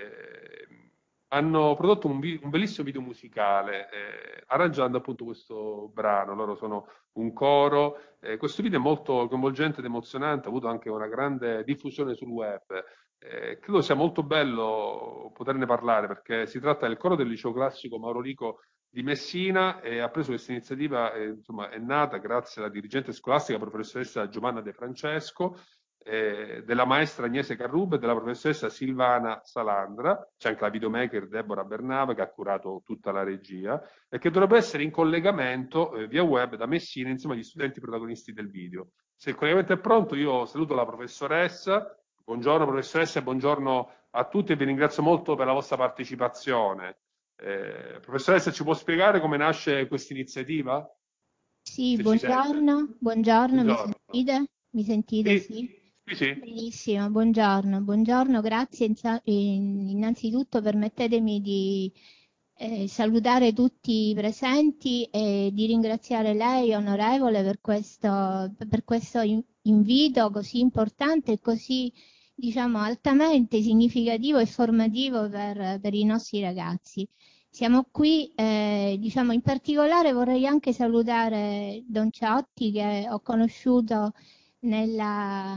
hanno prodotto un bellissimo video musicale arrangiando appunto questo brano. Loro sono un coro, questo video è molto coinvolgente ed emozionante, ha avuto anche una grande diffusione sul web. Credo sia molto bello poterne parlare perché si tratta del coro del liceo classico Mauro Lico di Messina e ha preso questa iniziativa, insomma, è nata grazie alla dirigente scolastica professoressa Giovanna De Francesco, della maestra Agnese Carrubbe e della professoressa Silvana Salandra. C'è anche la videomaker Deborah Bernava che ha curato tutta la regia e che dovrebbe essere in collegamento via web da Messina insieme agli studenti protagonisti del video. Se il collegamento è pronto, io saluto la professoressa. Buongiorno professoressa e buongiorno a tutti e vi ringrazio molto per la vostra partecipazione. Professoressa, ci può spiegare come nasce questa iniziativa? Sì, Se ci sente. buongiorno, Buongiorno. mi sentite? Sì? Sì. Benissimo, buongiorno, grazie. Innanzitutto permettetemi di salutare tutti i presenti e di ringraziare lei, onorevole, per questo invito così importante e così, diciamo, altamente significativo e formativo per i nostri ragazzi. Siamo qui, diciamo, in particolare vorrei anche salutare Don Ciotti che ho conosciuto nella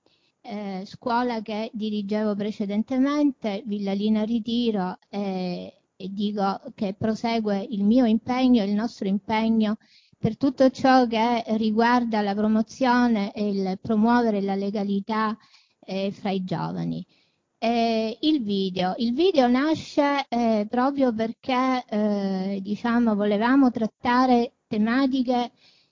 scuola che dirigevo precedentemente, Villalina Ritiro, e dico che prosegue il mio impegno, il nostro impegno per tutto ciò che riguarda la promozione e il promuovere la legalità fra i giovani. Il video nasce proprio perché diciamo, volevamo trattare tematiche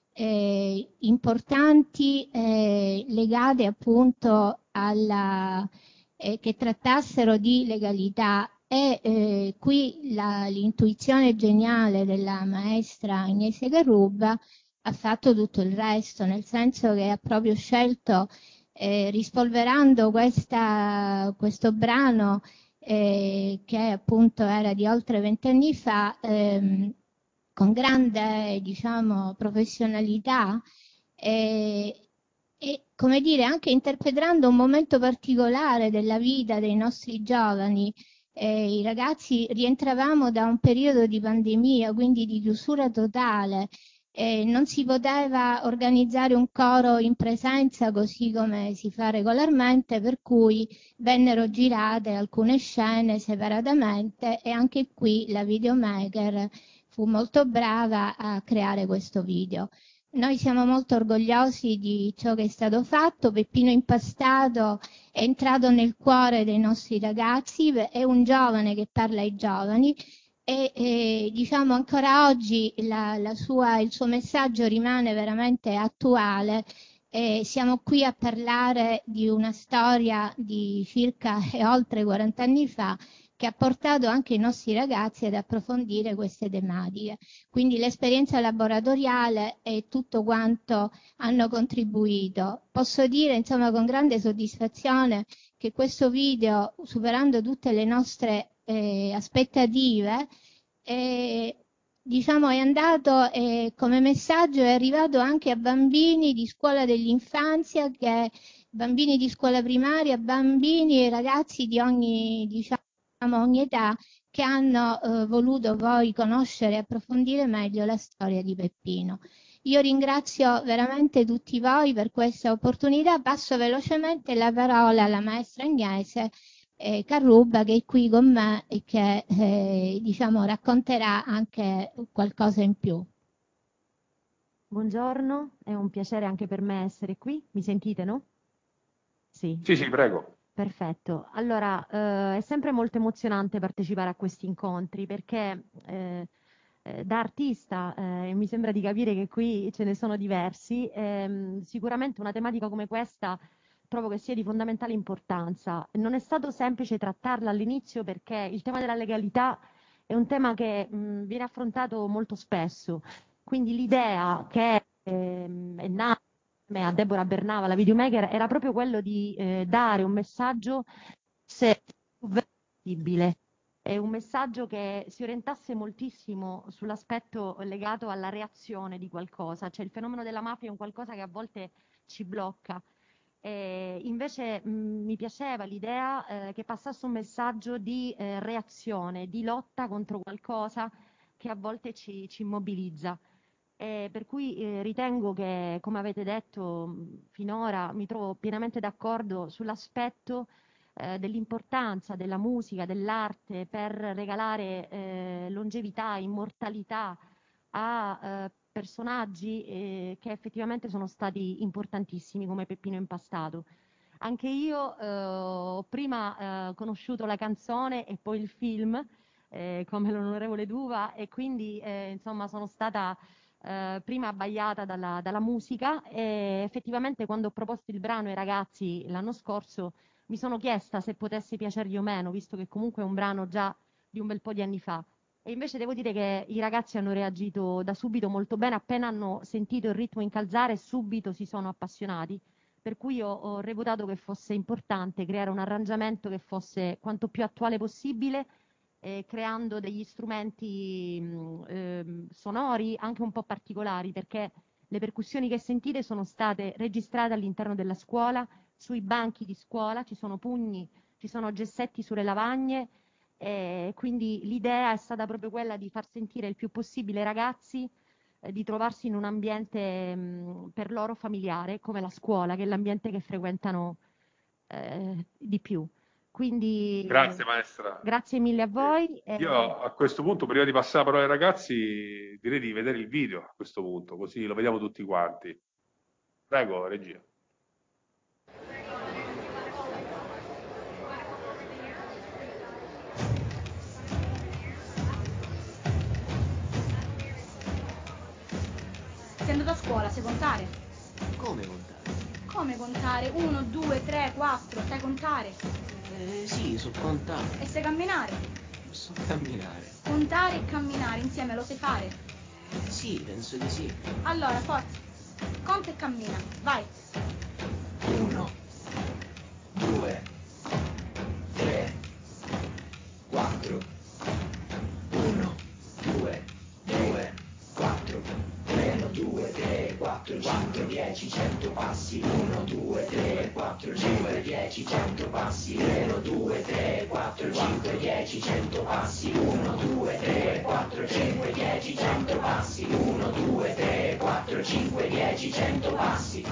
importanti legate appunto alla che trattassero di legalità e qui l'intuizione geniale della maestra Agnese Garrubba ha fatto tutto il resto, nel senso che ha proprio scelto rispolverando questo brano che appunto era di oltre 20 anni fa, con grande, diciamo, professionalità e, come dire, anche interpretando un momento particolare della vita dei nostri giovani. I ragazzi rientravamo da un periodo di pandemia, quindi di chiusura totale. Non si poteva organizzare un coro in presenza così come si fa regolarmente, per cui vennero girate alcune scene separatamente e anche qui la videomaker fu molto brava a creare questo video. Noi siamo molto orgogliosi di ciò che è stato fatto. Peppino Impastato è entrato nel cuore dei nostri ragazzi, è un giovane che parla ai giovani e diciamo ancora oggi il suo messaggio rimane veramente attuale. Siamo qui a parlare di una storia di circa e oltre 40 anni fa che ha portato anche i nostri ragazzi ad approfondire queste tematiche. Quindi l'esperienza laboratoriale e tutto quanto hanno contribuito. Posso dire, insomma, con grande soddisfazione che questo video, superando tutte le nostre aspettative, diciamo, è andato come messaggio, è arrivato anche a bambini di scuola dell'infanzia, bambini di scuola primaria, bambini e ragazzi di ogni, diciamo, ogni età che hanno voluto poi conoscere e approfondire meglio la storia di Peppino. Io ringrazio veramente tutti voi per questa opportunità. Passo velocemente la parola alla maestra Agnese Garrubba che è qui con me e che diciamo racconterà anche qualcosa in più. Buongiorno, è un piacere anche per me essere qui. Mi sentite, no? Sì. Sì, prego. Perfetto. Allora, è sempre molto emozionante partecipare a questi incontri perché da artista, mi sembra di capire che qui ce ne sono diversi, sicuramente una tematica come questa trovo che sia di fondamentale importanza. Non è stato semplice trattarla all'inizio perché il tema della legalità è un tema che viene affrontato molto spesso. Quindi l'idea che è nata a Deborah Bernava, la videomaker, era proprio quello di dare un messaggio se possibile. È un messaggio che si orientasse moltissimo sull'aspetto legato alla reazione di qualcosa, cioè il fenomeno della mafia è un qualcosa che a volte ci blocca. Invece mi piaceva l'idea che passasse un messaggio di reazione, di lotta contro qualcosa che a volte ci immobilizza. Per cui ritengo che, come avete detto finora, mi trovo pienamente d'accordo sull'aspetto dell'importanza della musica, dell'arte per regalare longevità, immortalità a personaggi che effettivamente sono stati importantissimi come Peppino Impastato. Anche io ho prima conosciuto la canzone e poi il film come l'onorevole Duva e quindi insomma sono stata prima abbaiata dalla musica e effettivamente quando ho proposto il brano ai ragazzi l'anno scorso mi sono chiesta se potesse piacergli o meno, visto che comunque è un brano già di un bel po' di anni fa. E invece devo dire che i ragazzi hanno reagito da subito molto bene, appena hanno sentito il ritmo incalzare, subito si sono appassionati, per cui ho reputato che fosse importante creare un arrangiamento che fosse quanto più attuale possibile, creando degli strumenti sonori anche un po' particolari, perché le percussioni che sentite sono state registrate all'interno della scuola, sui banchi di scuola, ci sono pugni, ci sono gessetti sulle lavagne, quindi l'idea è stata proprio quella di far sentire il più possibile i ragazzi di trovarsi in un ambiente per loro familiare, come la scuola, che è l'ambiente che frequentano di più. Quindi Grazie maestra. grazie mille a voi. Io a questo punto, prima di passare la parola ai ragazzi, direi di vedere il video a questo punto, così lo vediamo tutti quanti. Prego, regia. scuola, sai contare? Come contare? Come contare? 1, 2, 3, 4, sai contare? Sì, so contare. E sai camminare? So camminare. Contare e camminare insieme lo sai fare? Sì, penso di sì. Allora, forza, conta e cammina, vai. 1, 2, 3, 4. 1, 2, 4. 1, 2, 3, 4, 5, 10, 100 passi. 1, 2, 3, 4, 5, 10, 100 passi. 1, 2, 3, 4, 5, 10, 100 passi. 1, 2, 3, 4, 5, 10, 100 passi. 1, 2, 3, 4, 5, 10, 100 passi.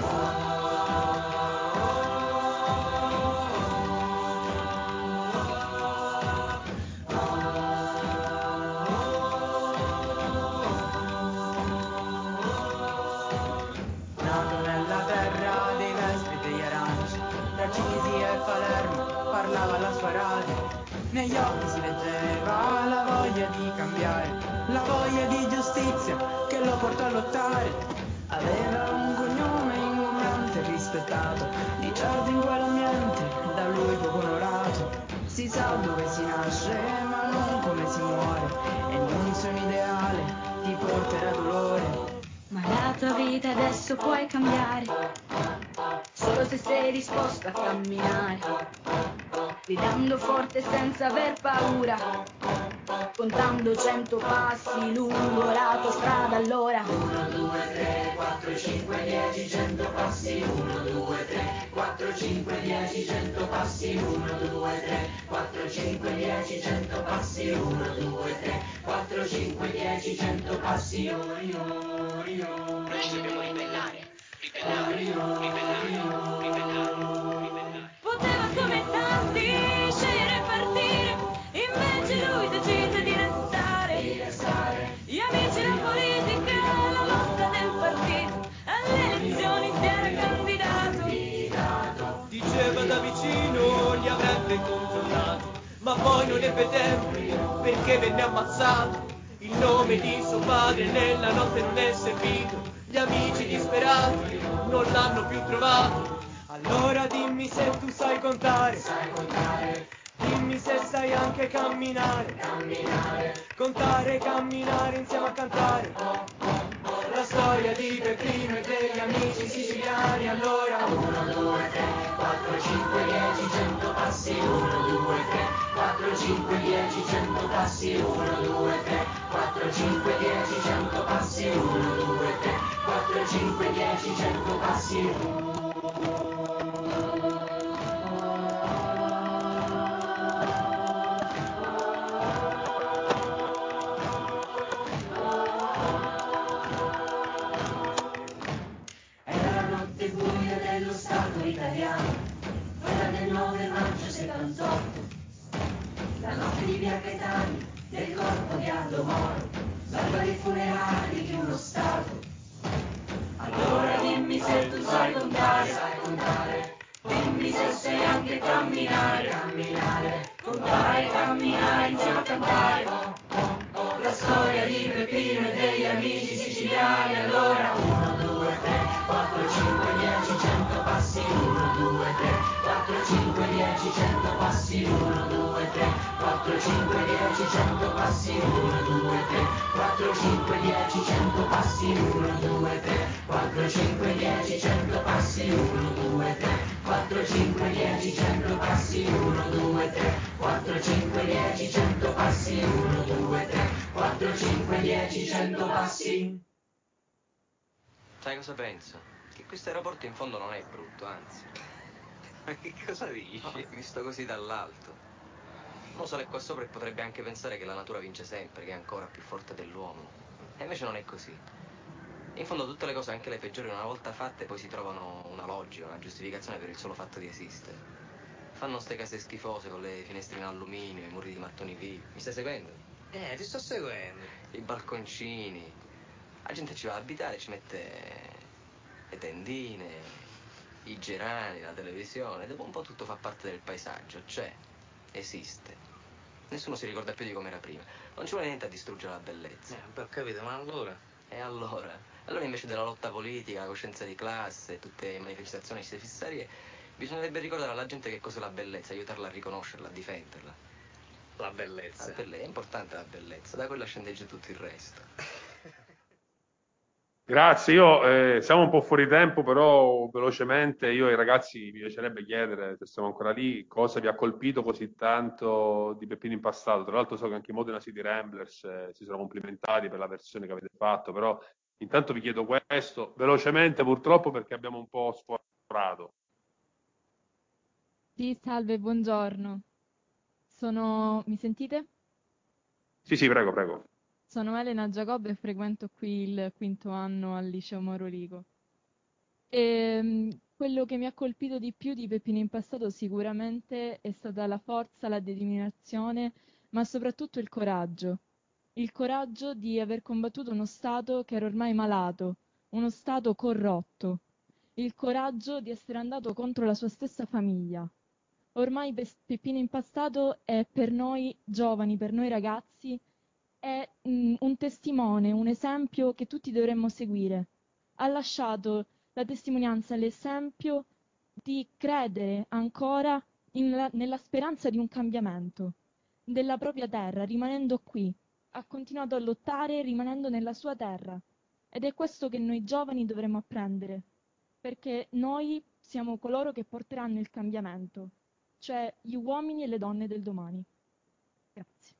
Negli occhi si leggeva la voglia di cambiare, la voglia di giustizia che lo portò a lottare. Aveva un cognome ingombrante e rispettato, di certo in quell'ambiente da lui poco onorato. Si sa dove si nasce ma non come si muore, e non sei un ideale ti porterà dolore. Ma la tua vita adesso puoi cambiare, solo se sei disposto a camminare, gridando forte senza aver paura, contando 100 passi lungo la tua strada all'ora. 1, 2, 3, 4, 5, 10, 100 passi. 1, 2, 3, 4, 5, 10, 100 passi. 1, 2, 3, 4, 5, 10, 100 passi. 1, 2, 3, 4, 5, 10, 100 passi. Noi ci dobbiamo ribellare. Poteva come tanti scegliere e partire, invece lui decise di restare. Gli amici, la politica, la lotta del partito, alle elezioni si era candidato. Diceva da vicino li avrebbe controllato, ma poi non ebbe tempo perché venne ammazzato. Il nome di suo padre nella notte non è servito, gli amici disperati non l'hanno più trovato. Allora dimmi se tu sai contare, dimmi se sai anche camminare, contare e camminare insieme a cantare la storia di Peppino e degli amici siciliani. Allora 1, 2, 3, 4, 5, 10, 100 passi. 1, 2, 3, 4, 5, 10, 100 passi. 1, 2, 3, 4, 5, 10, 100 passi. 1, 2, 3, 4, 5, 10, 100 passi. La notte di Via Gaetani, del corpo di Aldo Moro, salva dei funerali di uno Stato. Allora dimmi se tu sai contare, dimmi se sai anche camminare, contare e camminare insieme a cantare la storia di Peppino e degli amici siciliani. Allora 1, 2, 3, 4, 5, 10, 100 passi. 1, 2, 3, 4, 5, 10, 100 passi. 1, 2, 3, 4, 5, 10, 100 passi. 1, 2, 3, 4, 5, 10, 100 passi. 1, 2, 3, 4, 5, 10, 100 passi. 1, 2, 3, 4, 5, 10, 100 passi. 1, 2, 3, 4, 5, 10, 100 passi. 1, 2, 3, 4, 5, 10, 100 passi. Sai cosa penso? Che questo aeroporto in fondo non è brutto, anzi. Ma che cosa dici? No, visto così dall'alto. Uno sale qua sopra e potrebbe anche pensare che la natura vince sempre, che è ancora più forte dell'uomo. E invece non è così. In fondo tutte le cose, anche le peggiori, una volta fatte, poi si trovano una logica, una giustificazione per il solo fatto di esistere. Fanno ste case schifose con le finestre in alluminio, i muri di mattoni vivi. Mi stai seguendo? Ti sto seguendo. I balconcini. La gente ci va a abitare, ci mette le tendine, i gerani, la televisione. Dopo un po' tutto fa parte del paesaggio, c'è, esiste. Nessuno si ricorda più di com'era prima. Non ci vuole niente a distruggere la bellezza. Ho capito, ma allora? E allora? Allora invece della lotta politica, coscienza di classe, tutte le manifestazioni serie, bisognerebbe ricordare alla gente che cos'è la bellezza, aiutarla a riconoscerla, a difenderla. La bellezza. È importante la bellezza, da quella scendeggia tutto il resto. Grazie, io siamo un po' fuori tempo, però velocemente io ai ragazzi mi piacerebbe chiedere, se siamo ancora lì, cosa vi ha colpito così tanto di Peppino Impastato. Tra l'altro so che anche i Modena City Ramblers si sono complimentati per la versione che avete fatto, però intanto vi chiedo questo, velocemente purtroppo perché abbiamo un po' sforato. Sì, salve, buongiorno. Mi sentite? Sì, prego, prego. Sono Elena Giacobbe e frequento qui il quinto anno al Liceo Moro Ligo. Quello che mi ha colpito di più di Peppino Impastato sicuramente è stata la forza, la determinazione, ma soprattutto il coraggio. Il coraggio di aver combattuto uno Stato che era ormai malato, uno Stato corrotto. Il coraggio di essere andato contro la sua stessa famiglia. Ormai Peppino Impastato è per noi giovani, per noi ragazzi, è un testimone, un esempio che tutti dovremmo seguire. Ha lasciato la testimonianza, l'esempio di credere ancora nella speranza di un cambiamento della propria terra, rimanendo qui. Ha continuato a lottare rimanendo nella sua terra. Ed è questo che noi giovani dovremmo apprendere, perché noi siamo coloro che porteranno il cambiamento, cioè gli uomini e le donne del domani. Grazie.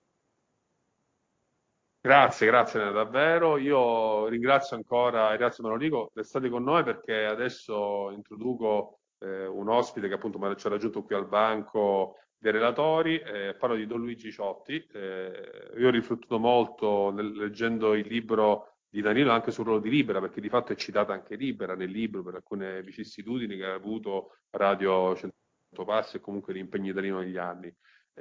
Grazie davvero. Io ringrazio ancora Irazio Manolico per essere con noi perché adesso introduco un ospite che appunto ci ha raggiunto qui al banco dei relatori. Parlo di Don Luigi Ciotti. Io ho riflettuto molto leggendo il libro di Danilo anche sul ruolo di Libera, perché di fatto è citata anche Libera nel libro per alcune vicissitudini che ha avuto Radio Centopassi e comunque gli impegni di Danilo negli anni.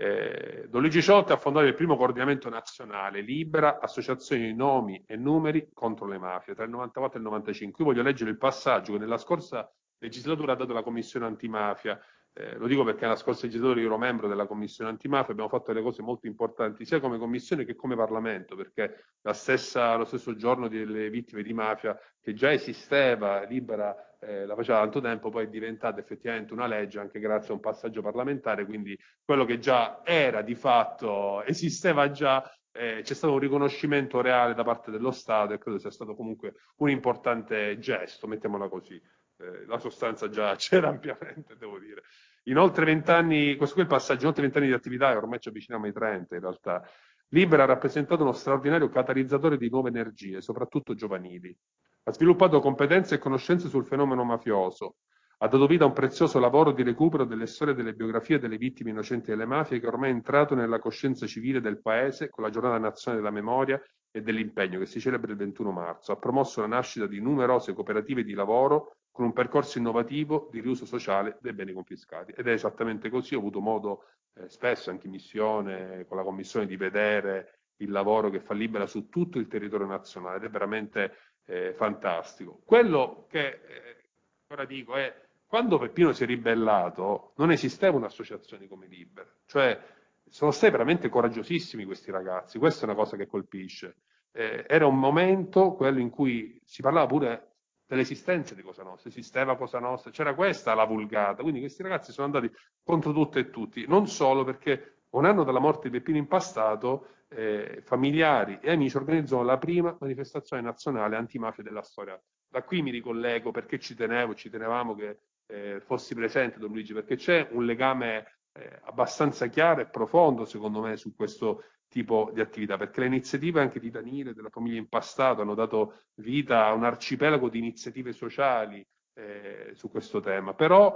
Don Luigi Ciotti ha fondato il primo coordinamento nazionale Libera, associazione di nomi e numeri contro le mafie tra il 94 e il 95. Io voglio leggere il passaggio che nella scorsa legislatura ha dato la commissione antimafia. Lo dico perché nella scorsa legislatura io ero membro della commissione antimafia, abbiamo fatto delle cose molto importanti sia come commissione che come Parlamento, perché lo stesso giorno delle vittime di mafia che già esisteva, Libera la faceva da tanto tempo, poi è diventata effettivamente una legge anche grazie a un passaggio parlamentare, quindi quello che già era di fatto, esisteva già, c'è stato un riconoscimento reale da parte dello Stato e credo sia stato comunque un importante gesto, mettiamola così. La sostanza già c'era ampiamente, devo dire. In oltre 20 anni, questo qui è il passaggio, in oltre 20 anni di attività, e ormai ci avviciniamo ai 30 in realtà, Libera ha rappresentato uno straordinario catalizzatore di nuove energie, soprattutto giovanili. Ha sviluppato competenze e conoscenze sul fenomeno mafioso, ha dato vita a un prezioso lavoro di recupero delle storie e delle biografie delle vittime innocenti delle mafie che ormai è entrato nella coscienza civile del Paese con la Giornata Nazionale della Memoria e dell'Impegno che si celebra il 21 marzo. Ha promosso la nascita di numerose cooperative di lavoro con un percorso innovativo di riuso sociale dei beni confiscati. Ed è esattamente così, ho avuto modo spesso anche in missione con la Commissione di vedere il lavoro che fa Libera su tutto il territorio nazionale ed è veramente fantastico. Quello che ora dico è quando Peppino si è ribellato non esisteva un'associazione come Libera, cioè sono stati veramente coraggiosissimi questi ragazzi, questa è una cosa che colpisce. Era un momento, quello in cui si parlava pure dell'esistenza di Cosa Nostra, esisteva Cosa Nostra, c'era questa la vulgata, quindi questi ragazzi sono andati contro tutto e tutti, non solo perché un anno dalla morte di Peppino Impastato, familiari e amici organizzano la prima manifestazione nazionale antimafia della storia. Da qui mi ricollego perché ci tenevamo che fossi presente Don Luigi, perché c'è un legame abbastanza chiaro e profondo secondo me su questo tipo di attività, perché le iniziative anche di Danilo e della famiglia Impastato hanno dato vita a un arcipelago di iniziative sociali su questo tema, però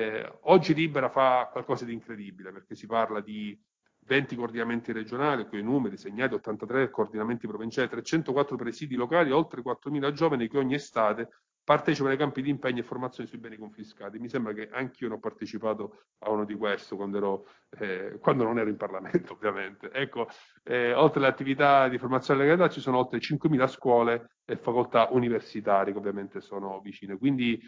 oggi Libera fa qualcosa di incredibile perché si parla di 20 coordinamenti regionali, con i numeri segnati, 83 coordinamenti provinciali, 304 presidi locali, oltre 4.000 giovani che ogni estate partecipano ai campi di impegno e formazione sui beni confiscati. Mi sembra che anch'io non ho partecipato a uno di questi quando non ero in Parlamento, ovviamente. Ecco, oltre alle attività di formazione alla legalità ci sono oltre 5.000 scuole e facoltà universitarie che ovviamente sono vicine. Quindi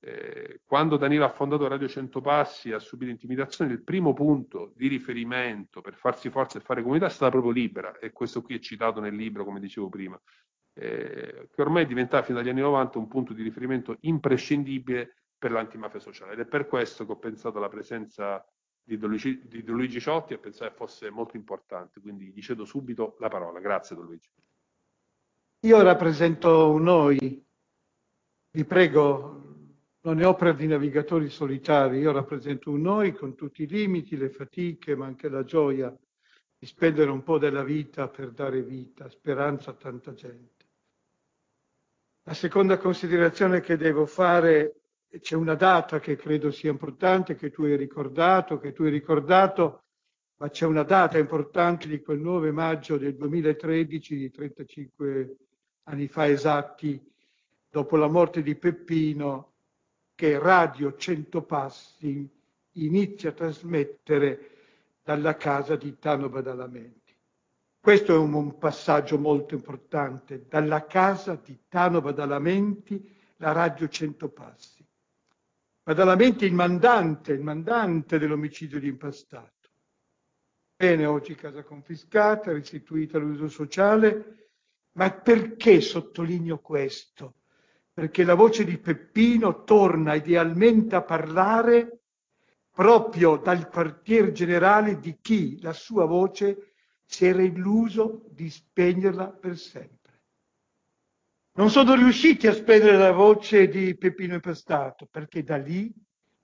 quando Danilo ha fondato Radio Centopassi e ha subito intimidazioni, il primo punto di riferimento per farsi forza e fare comunità è stata proprio Libera, e questo qui è citato nel libro, come dicevo prima. che ormai diventava fino agli anni 90 un punto di riferimento imprescindibile per l'antimafia sociale, ed è per questo che ho pensato alla presenza di Don Luigi Ciotti e pensavo che fosse molto importante, quindi gli cedo subito la parola. Grazie Don Luigi. Io rappresento un noi, vi prego, non è opera di navigatori solitari, io rappresento un noi con tutti i limiti, le fatiche, ma anche la gioia di spendere un po' della vita per dare vita, speranza a tanta gente. La seconda considerazione che devo fare, c'è una data che credo sia importante, che tu hai ricordato, ma c'è una data importante di quel 9 maggio del 2013, di 35 anni fa esatti, dopo la morte di Peppino, che Radio 100 Passi inizia a trasmettere dalla casa di Tano Badalamenti. Questo è un passaggio molto importante. Dalla casa di Tano Badalamenti, la Radio 100 Passi. Badalamenti è il mandante dell'omicidio di Impastato. Bene, oggi casa confiscata, restituita all'uso sociale, ma perché sottolineo questo? Perché la voce di Peppino torna idealmente a parlare proprio dal quartier generale di chi la sua voce si era illuso di spegnerla per sempre. Non sono riusciti a spegnere la voce di Peppino Impastato, perché da lì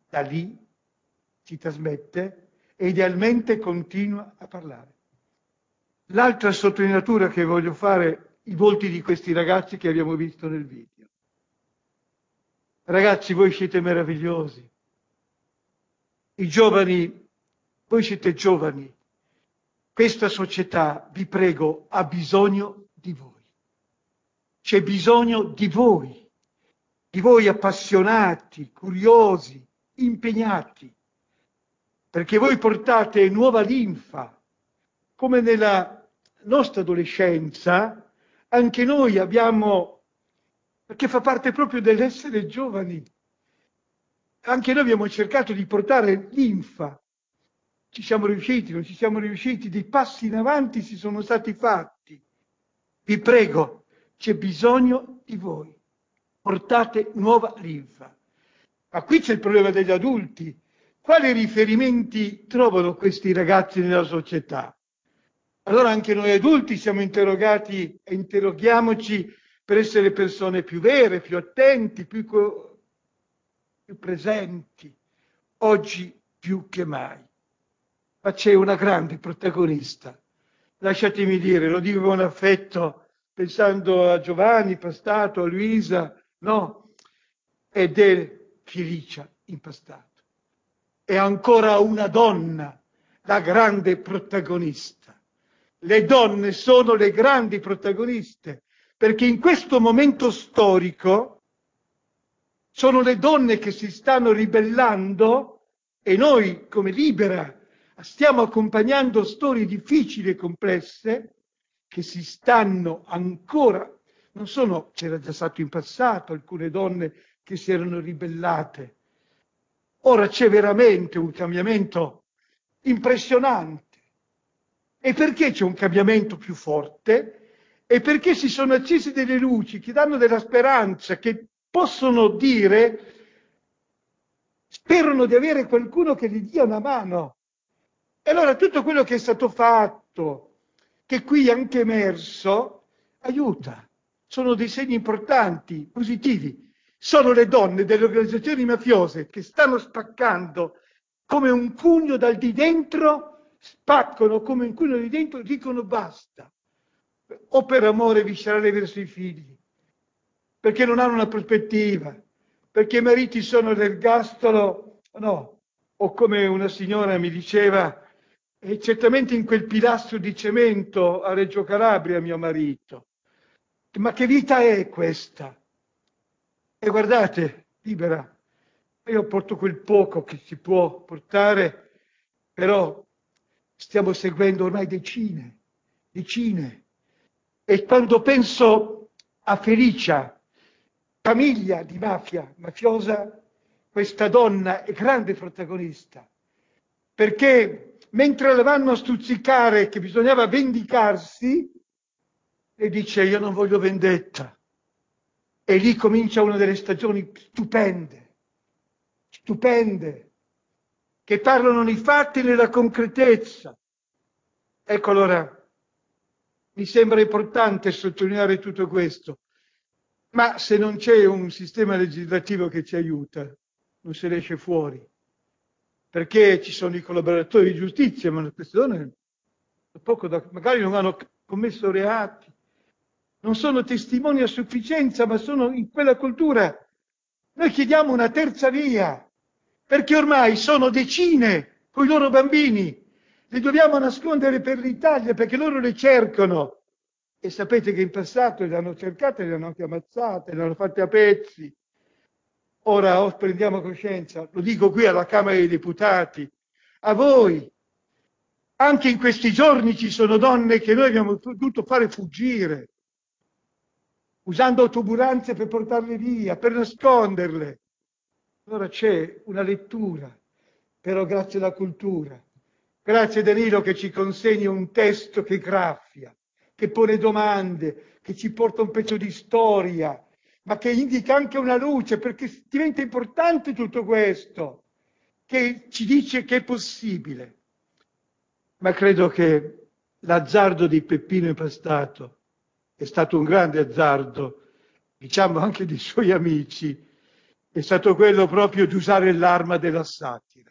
si trasmette e idealmente continua a parlare. L'altra sottolineatura che voglio fare, i volti di questi ragazzi che abbiamo visto nel video. Ragazzi, voi siete meravigliosi. I giovani, voi siete giovani. Questa società, vi prego, ha bisogno di voi. C'è bisogno di voi appassionati, curiosi, impegnati, perché voi portate nuova linfa. Come nella nostra adolescenza, anche noi abbiamo, perché fa parte proprio dell'essere giovani, anche noi abbiamo cercato di portare linfa. Ci siamo riusciti, non ci siamo riusciti, dei passi in avanti si sono stati fatti. Vi prego, c'è bisogno di voi. Portate nuova linfa. Ma qui c'è il problema degli adulti. Quali riferimenti trovano questi ragazzi nella società? Allora anche noi adulti siamo interrogati e interroghiamoci per essere persone più vere, più attenti, più presenti, oggi più che mai. Ma c'è una grande protagonista. Lasciatemi dire, lo dico con affetto, pensando a Giovanni Impastato, a Luisa, no, ed è Felicia Impastato. È ancora una donna, la grande protagonista. Le donne sono le grandi protagoniste, perché in questo momento storico sono le donne che si stanno ribellando e noi, come Libera, stiamo accompagnando storie difficili e complesse che si stanno ancora, non sono, c'era già stato in passato alcune donne che si erano ribellate. Ora c'è veramente un cambiamento impressionante. E perché c'è un cambiamento più forte? E perché si sono accese delle luci che danno della speranza, che possono dire, sperano di avere qualcuno che gli dia una mano. E allora tutto quello che è stato fatto, che qui è anche emerso, aiuta. Sono dei segni importanti, positivi. Sono le donne delle organizzazioni mafiose che stanno spaccando come un pugno dal di dentro, spaccano come un pugno di dentro, dicono basta. O per amore viscerale verso i figli, perché non hanno una prospettiva, perché i mariti sono l'ergastolo, no. O come una signora mi diceva, e certamente in quel pilastro di cemento a Reggio Calabria mio marito. Ma che vita è questa? E guardate, Libera, io porto quel poco che si può portare, però stiamo seguendo ormai decine. E quando penso a Felicia, famiglia di mafiosa, questa donna è grande protagonista, perché mentre la vanno a stuzzicare che bisognava vendicarsi, e dice io non voglio vendetta. E lì comincia una delle stagioni stupende, che parlano nei fatti e nella concretezza. Ecco allora, mi sembra importante sottolineare tutto questo, ma se non c'è un sistema legislativo che ci aiuta, non se ne esce fuori, perché ci sono i collaboratori di giustizia, ma queste donne magari non hanno commesso reati, non sono testimoni a sufficienza, ma sono in quella cultura. Noi chiediamo una terza via, perché ormai sono decine con i loro bambini, li dobbiamo nascondere per l'Italia perché loro le cercano. E sapete che in passato le hanno cercate, le hanno anche ammazzate, le hanno fatte a pezzi. Ora prendiamo coscienza, lo dico qui alla Camera dei Deputati, a voi. Anche in questi giorni ci sono donne che noi abbiamo dovuto fare fuggire, usando autobulanze per portarle via, per nasconderle. Allora c'è una lettura, però grazie alla cultura. Grazie Danilo che ci consegni un testo che graffia, che pone domande, che ci porta un pezzo di storia, ma che indica anche una luce, perché diventa importante tutto questo, che ci dice che è possibile. Ma credo che l'azzardo di Peppino Impastato è stato un grande azzardo, diciamo anche dei suoi amici, è stato quello proprio di usare l'arma della satira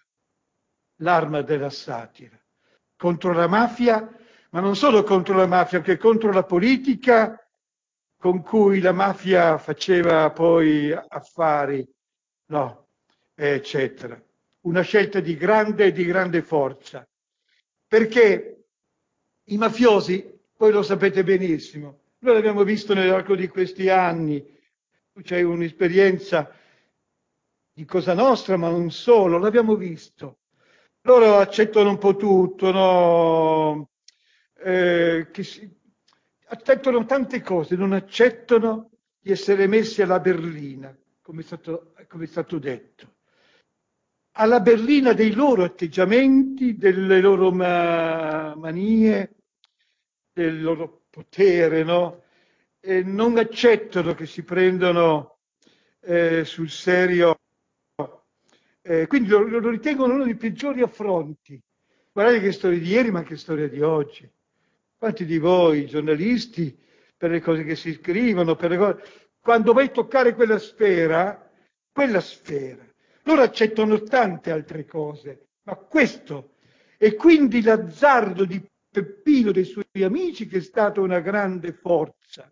contro la mafia, ma non solo contro la mafia, anche contro la politica con cui la mafia faceva poi affari, no, eccetera. Una scelta di grande forza, perché i mafiosi, voi lo sapete benissimo, noi l'abbiamo visto nell'arco di questi anni, tu c'hai un'esperienza di Cosa Nostra, ma non solo, l'abbiamo visto. Loro accettano un po' tutto, no? Accettano tante cose, non accettano di essere messi alla berlina, come è stato detto. Alla berlina dei loro atteggiamenti, delle loro manie, del loro potere, no? E non accettano che si prendano sul serio. Quindi lo ritengono uno dei peggiori affronti. Guardate che storia di ieri, ma anche storia di oggi. Quanti di voi, giornalisti, per le cose che si scrivono, quando vai a toccare quella sfera, loro accettano tante altre cose, ma questo, e quindi l'azzardo di Peppino e dei suoi amici che è stata una grande forza.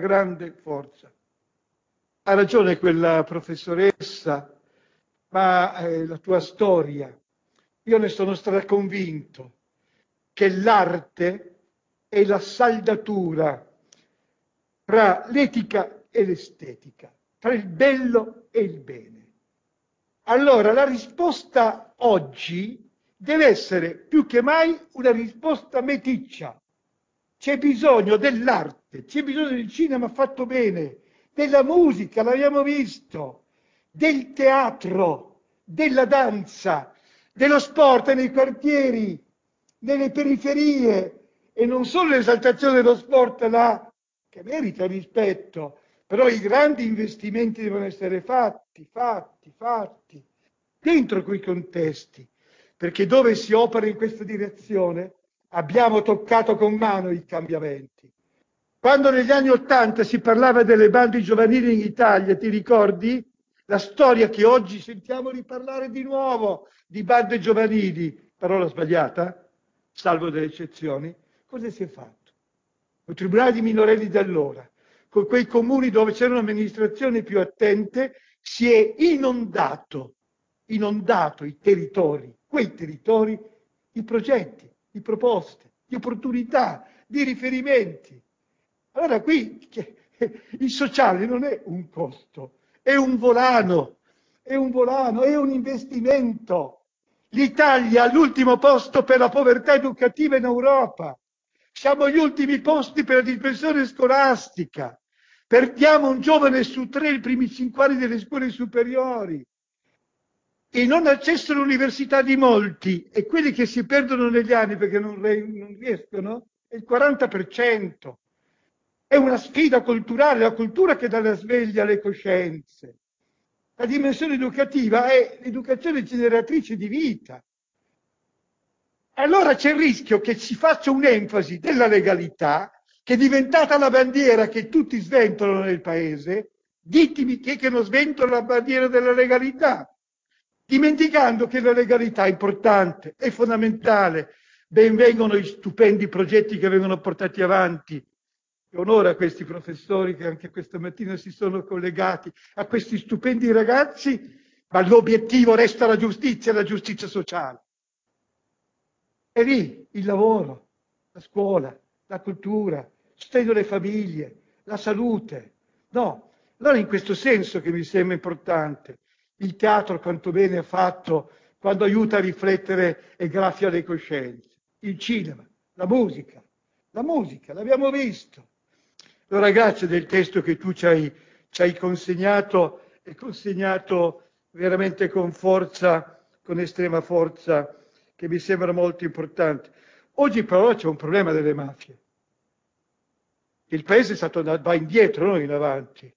Ha ragione quella professoressa, ma la tua storia, io ne sono straconvinto che l'arte è la saldatura tra l'etica e l'estetica, tra il bello e il bene. Allora la risposta oggi deve essere più che mai una risposta meticcia. C'è bisogno dell'arte, c'è bisogno del cinema fatto bene, della musica, l'abbiamo visto, del teatro, della danza, dello sport nei quartieri, nelle periferie, e non solo l'esaltazione dello sport là, che merita rispetto, però i grandi investimenti devono essere fatti, dentro quei contesti, perché dove si opera in questa direzione abbiamo toccato con mano i cambiamenti. Quando negli anni '80 si parlava delle bande giovanili in Italia, ti ricordi? La storia che oggi sentiamo riparlare di nuovo di bande giovanili, parola sbagliata, salvo delle eccezioni, cosa si è fatto? Con i tribunali di minorenni di allora, con quei comuni dove c'era un'amministrazione più attente, si è inondato i territori, quei territori, di progetti, di proposte, di opportunità, di riferimenti. Allora qui il sociale non è un costo, è un volano, è un investimento. L'Italia è all'ultimo posto per la povertà educativa in Europa. Siamo agli ultimi posti per la dispersione scolastica. Perdiamo un giovane su 3 i primi 5 anni delle scuole superiori. Il non accesso all'università di molti e quelli che si perdono negli anni perché non riescono è il 40%. È una sfida culturale, la cultura che dà la sveglia alle coscienze. La dimensione educativa è l'educazione generatrice di vita. Allora c'è il rischio che si faccia un'enfasi della legalità, che è diventata la bandiera che tutti sventolano nel paese. Ditemi chi è che non sventola la bandiera della legalità, dimenticando che la legalità è importante, è fondamentale. Ben vengano i stupendi progetti che vengono portati avanti. E onore a questi professori che anche questa mattina si sono collegati, a questi stupendi ragazzi, ma l'obiettivo resta la giustizia sociale. È lì il lavoro, la scuola, la cultura, il sostegno alle famiglie, la salute. No, allora in questo senso che mi sembra importante. Il teatro quanto bene ha fatto quando aiuta a riflettere e graffia le coscienze. Il cinema, la musica, l'abbiamo visto. Allora grazie del testo che tu ci hai consegnato e consegnato veramente con forza, con estrema forza, che mi sembra molto importante. Oggi però c'è un problema delle mafie. Il paese va indietro, non in avanti.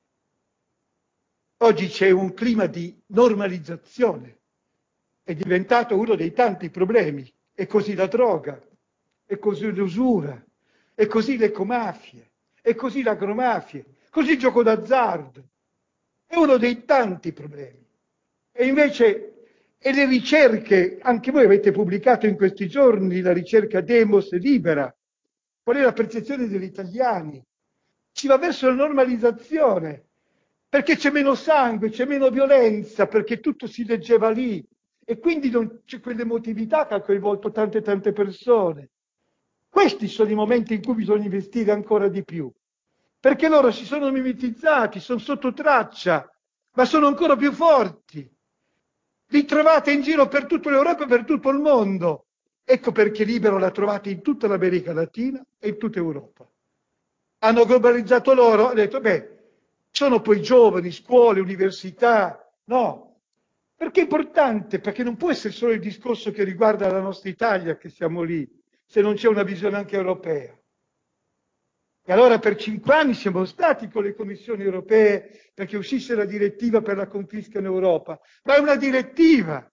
Oggi c'è un clima di normalizzazione. È diventato uno dei tanti problemi. E così la droga, e così l'usura, e così le ecomafie, e così l'agromafie, così il gioco d'azzardo. È uno dei tanti problemi. E invece, e le ricerche, anche voi avete pubblicato in questi giorni la ricerca Demos Libera, qual è la percezione degli italiani? Si va verso la normalizzazione, perché c'è meno sangue, c'è meno violenza, perché tutto si leggeva lì. E quindi non c'è quell'emotività che ha coinvolto tante persone. Questi sono i momenti in cui bisogna investire ancora di più, perché loro si sono mimetizzati, sono sotto traccia, ma sono ancora più forti. Li trovate in giro per tutta l'Europa e per tutto il mondo. Ecco perché Libero la trovate in tutta l'America Latina e in tutta Europa. Hanno globalizzato loro, hanno detto, sono poi giovani, scuole, università. No, perché è importante, perché non può essere solo il discorso che riguarda la nostra Italia, che siamo lì, se non c'è una visione anche europea. E allora per 5 anni siamo stati con le commissioni europee perché uscisse la direttiva per la confisca in Europa, ma è una direttiva.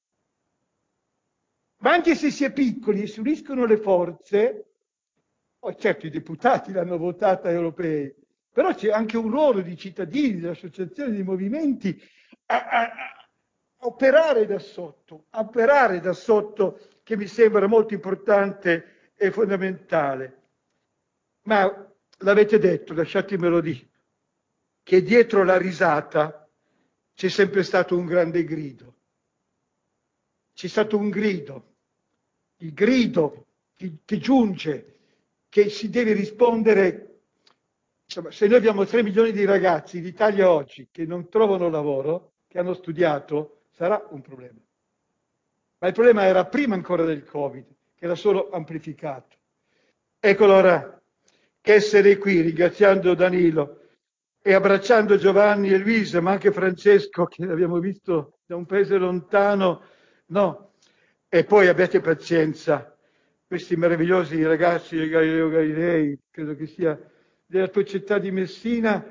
Ma anche se si è piccoli e si uniscono le forze, poi certo i deputati l'hanno votata europei, però c'è anche un ruolo di cittadini, di associazioni, di movimenti a operare da sotto, che mi sembra molto importante e fondamentale. Ma l'avete detto, lasciatemelo dire, che dietro la risata c'è sempre stato un grande grido. C'è stato un grido, il grido che giunge, che si deve rispondere. Insomma, se noi abbiamo 3 milioni di ragazzi in Italia oggi che non trovano lavoro, che hanno studiato, sarà un problema. Ma il problema era prima ancora del Covid, che l'ha solo amplificato. Ecco allora che essere qui, ringraziando Danilo e abbracciando Giovanni e Luisa, ma anche Francesco, che l'abbiamo visto da un paese lontano, no. E poi abbiate pazienza, questi meravigliosi ragazzi di Galileo Galilei, credo che sia della tua città di Messina.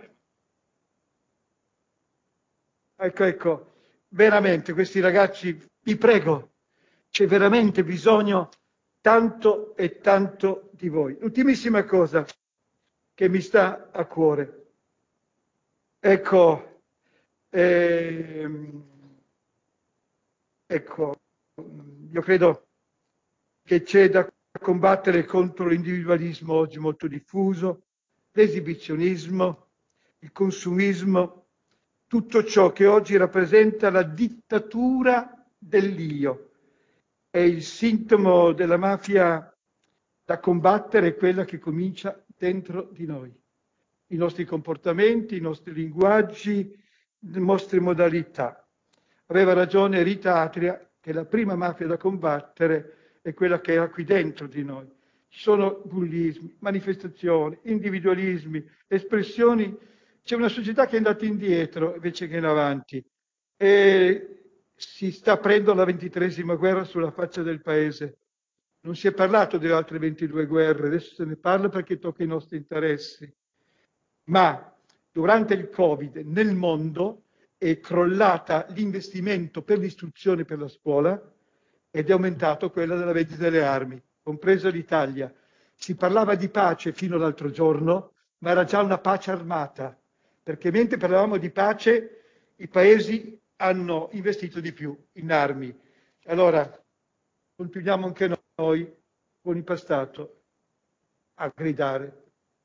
Ecco, veramente questi ragazzi, vi prego, c'è veramente bisogno tanto e tanto di voi. Ultimissima cosa che mi sta a cuore. Ecco, io credo che c'è da combattere contro l'individualismo oggi molto diffuso, l'esibizionismo, il consumismo, tutto ciò che oggi rappresenta la dittatura dell'io. E il sintomo della mafia da combattere è quella che comincia dentro di noi. I nostri comportamenti, i nostri linguaggi, le nostre modalità. Aveva ragione Rita Atria che la prima mafia da combattere è quella che era qui dentro di noi. Ci sono bullismi, manifestazioni, individualismi, espressioni. C'è una società che è andata indietro invece che in avanti e si sta aprendo la 23esima guerra sulla faccia del paese. Non si è parlato delle altre 22 guerre, adesso se ne parla perché tocca i nostri interessi. ma durante il Covid nel mondo è crollata l'investimento per l'istruzione per la scuola ed è aumentato quello della vendita delle armi, compresa l'Italia. Si parlava di pace fino all'altro giorno, ma era già una pace armata, perché mentre parlavamo di pace i paesi hanno investito di più in armi. Allora, continuiamo anche noi con il passato a gridare.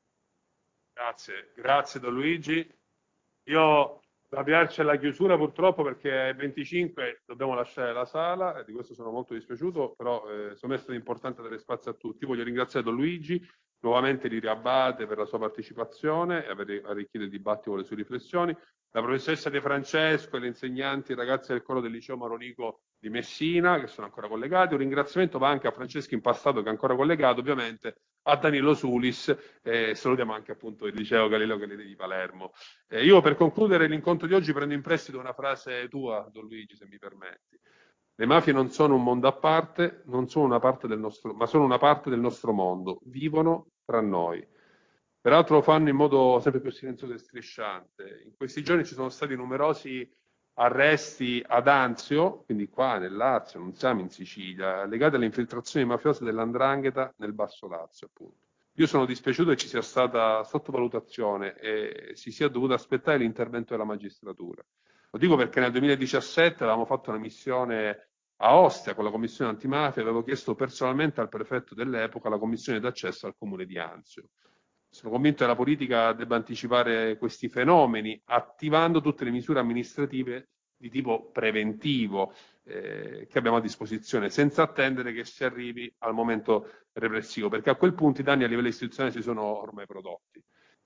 Grazie Don Luigi. Io devo avviarci alla chiusura purtroppo perché ai 25 dobbiamo lasciare la sala e di questo sono molto dispiaciuto, però secondo me è stato importante dare spazio a tutti. Voglio ringraziare Don Luigi, nuovamente Lirio Abbate per la sua partecipazione e aver arricchito il dibattito con le sue riflessioni, la professoressa De Francesco e le insegnanti e i ragazzi del coro del liceo Maronico di Messina che sono ancora collegati. Un ringraziamento va anche a Francesco Impastato che è ancora collegato, ovviamente a Danilo Sulis, salutiamo anche appunto il liceo Galileo Galilei di Palermo. Io per concludere l'incontro di oggi prendo in prestito una frase tua, Don Luigi, se mi permetti. Le mafie non sono un mondo a parte, non sono una parte del nostro, ma sono una parte del nostro mondo, vivono tra noi. Peraltro lo fanno in modo sempre più silenzioso e strisciante. In questi giorni ci sono stati numerosi arresti ad Anzio, quindi qua nel Lazio, non siamo in Sicilia, legati alle infiltrazioni mafiose dell''ndrangheta nel Basso Lazio, appunto. Io sono dispiaciuto che ci sia stata sottovalutazione e si sia dovuto aspettare l'intervento della magistratura. Lo dico perché nel 2017 avevamo fatto una missione a Ostia con la commissione antimafia e avevo chiesto personalmente al prefetto dell'epoca la commissione d'accesso al comune di Anzio. Sono convinto che la politica debba anticipare questi fenomeni attivando tutte le misure amministrative di tipo preventivo che abbiamo a disposizione, senza attendere che si arrivi al momento repressivo, perché a quel punto i danni a livello istituzionale si sono ormai prodotti.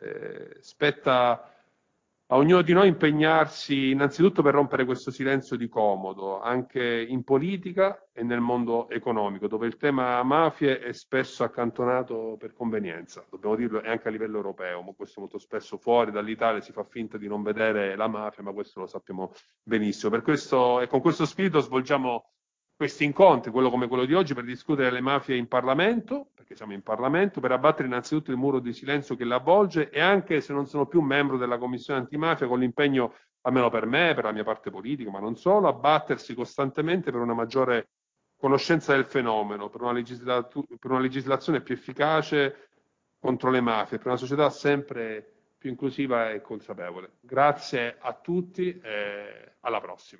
Spetta a ognuno di noi impegnarsi innanzitutto per rompere questo silenzio di comodo, anche in politica e nel mondo economico, dove il tema mafie è spesso accantonato per convenienza, dobbiamo dirlo, e anche a livello europeo, ma questo molto spesso fuori dall'Italia si fa finta di non vedere la mafia, ma questo lo sappiamo benissimo. Per questo e con questo spirito svolgiamo questi incontri, quello come quello di oggi, per discutere le mafie in Parlamento, perché siamo in Parlamento, per abbattere innanzitutto il muro di silenzio che la avvolge e anche se non sono più membro della Commissione antimafia, con l'impegno, almeno per me, per la mia parte politica, ma non solo, a battersi costantemente per una maggiore conoscenza del fenomeno, per una legislazione più efficace contro le mafie, per una società sempre più inclusiva e consapevole. Grazie a tutti e alla prossima.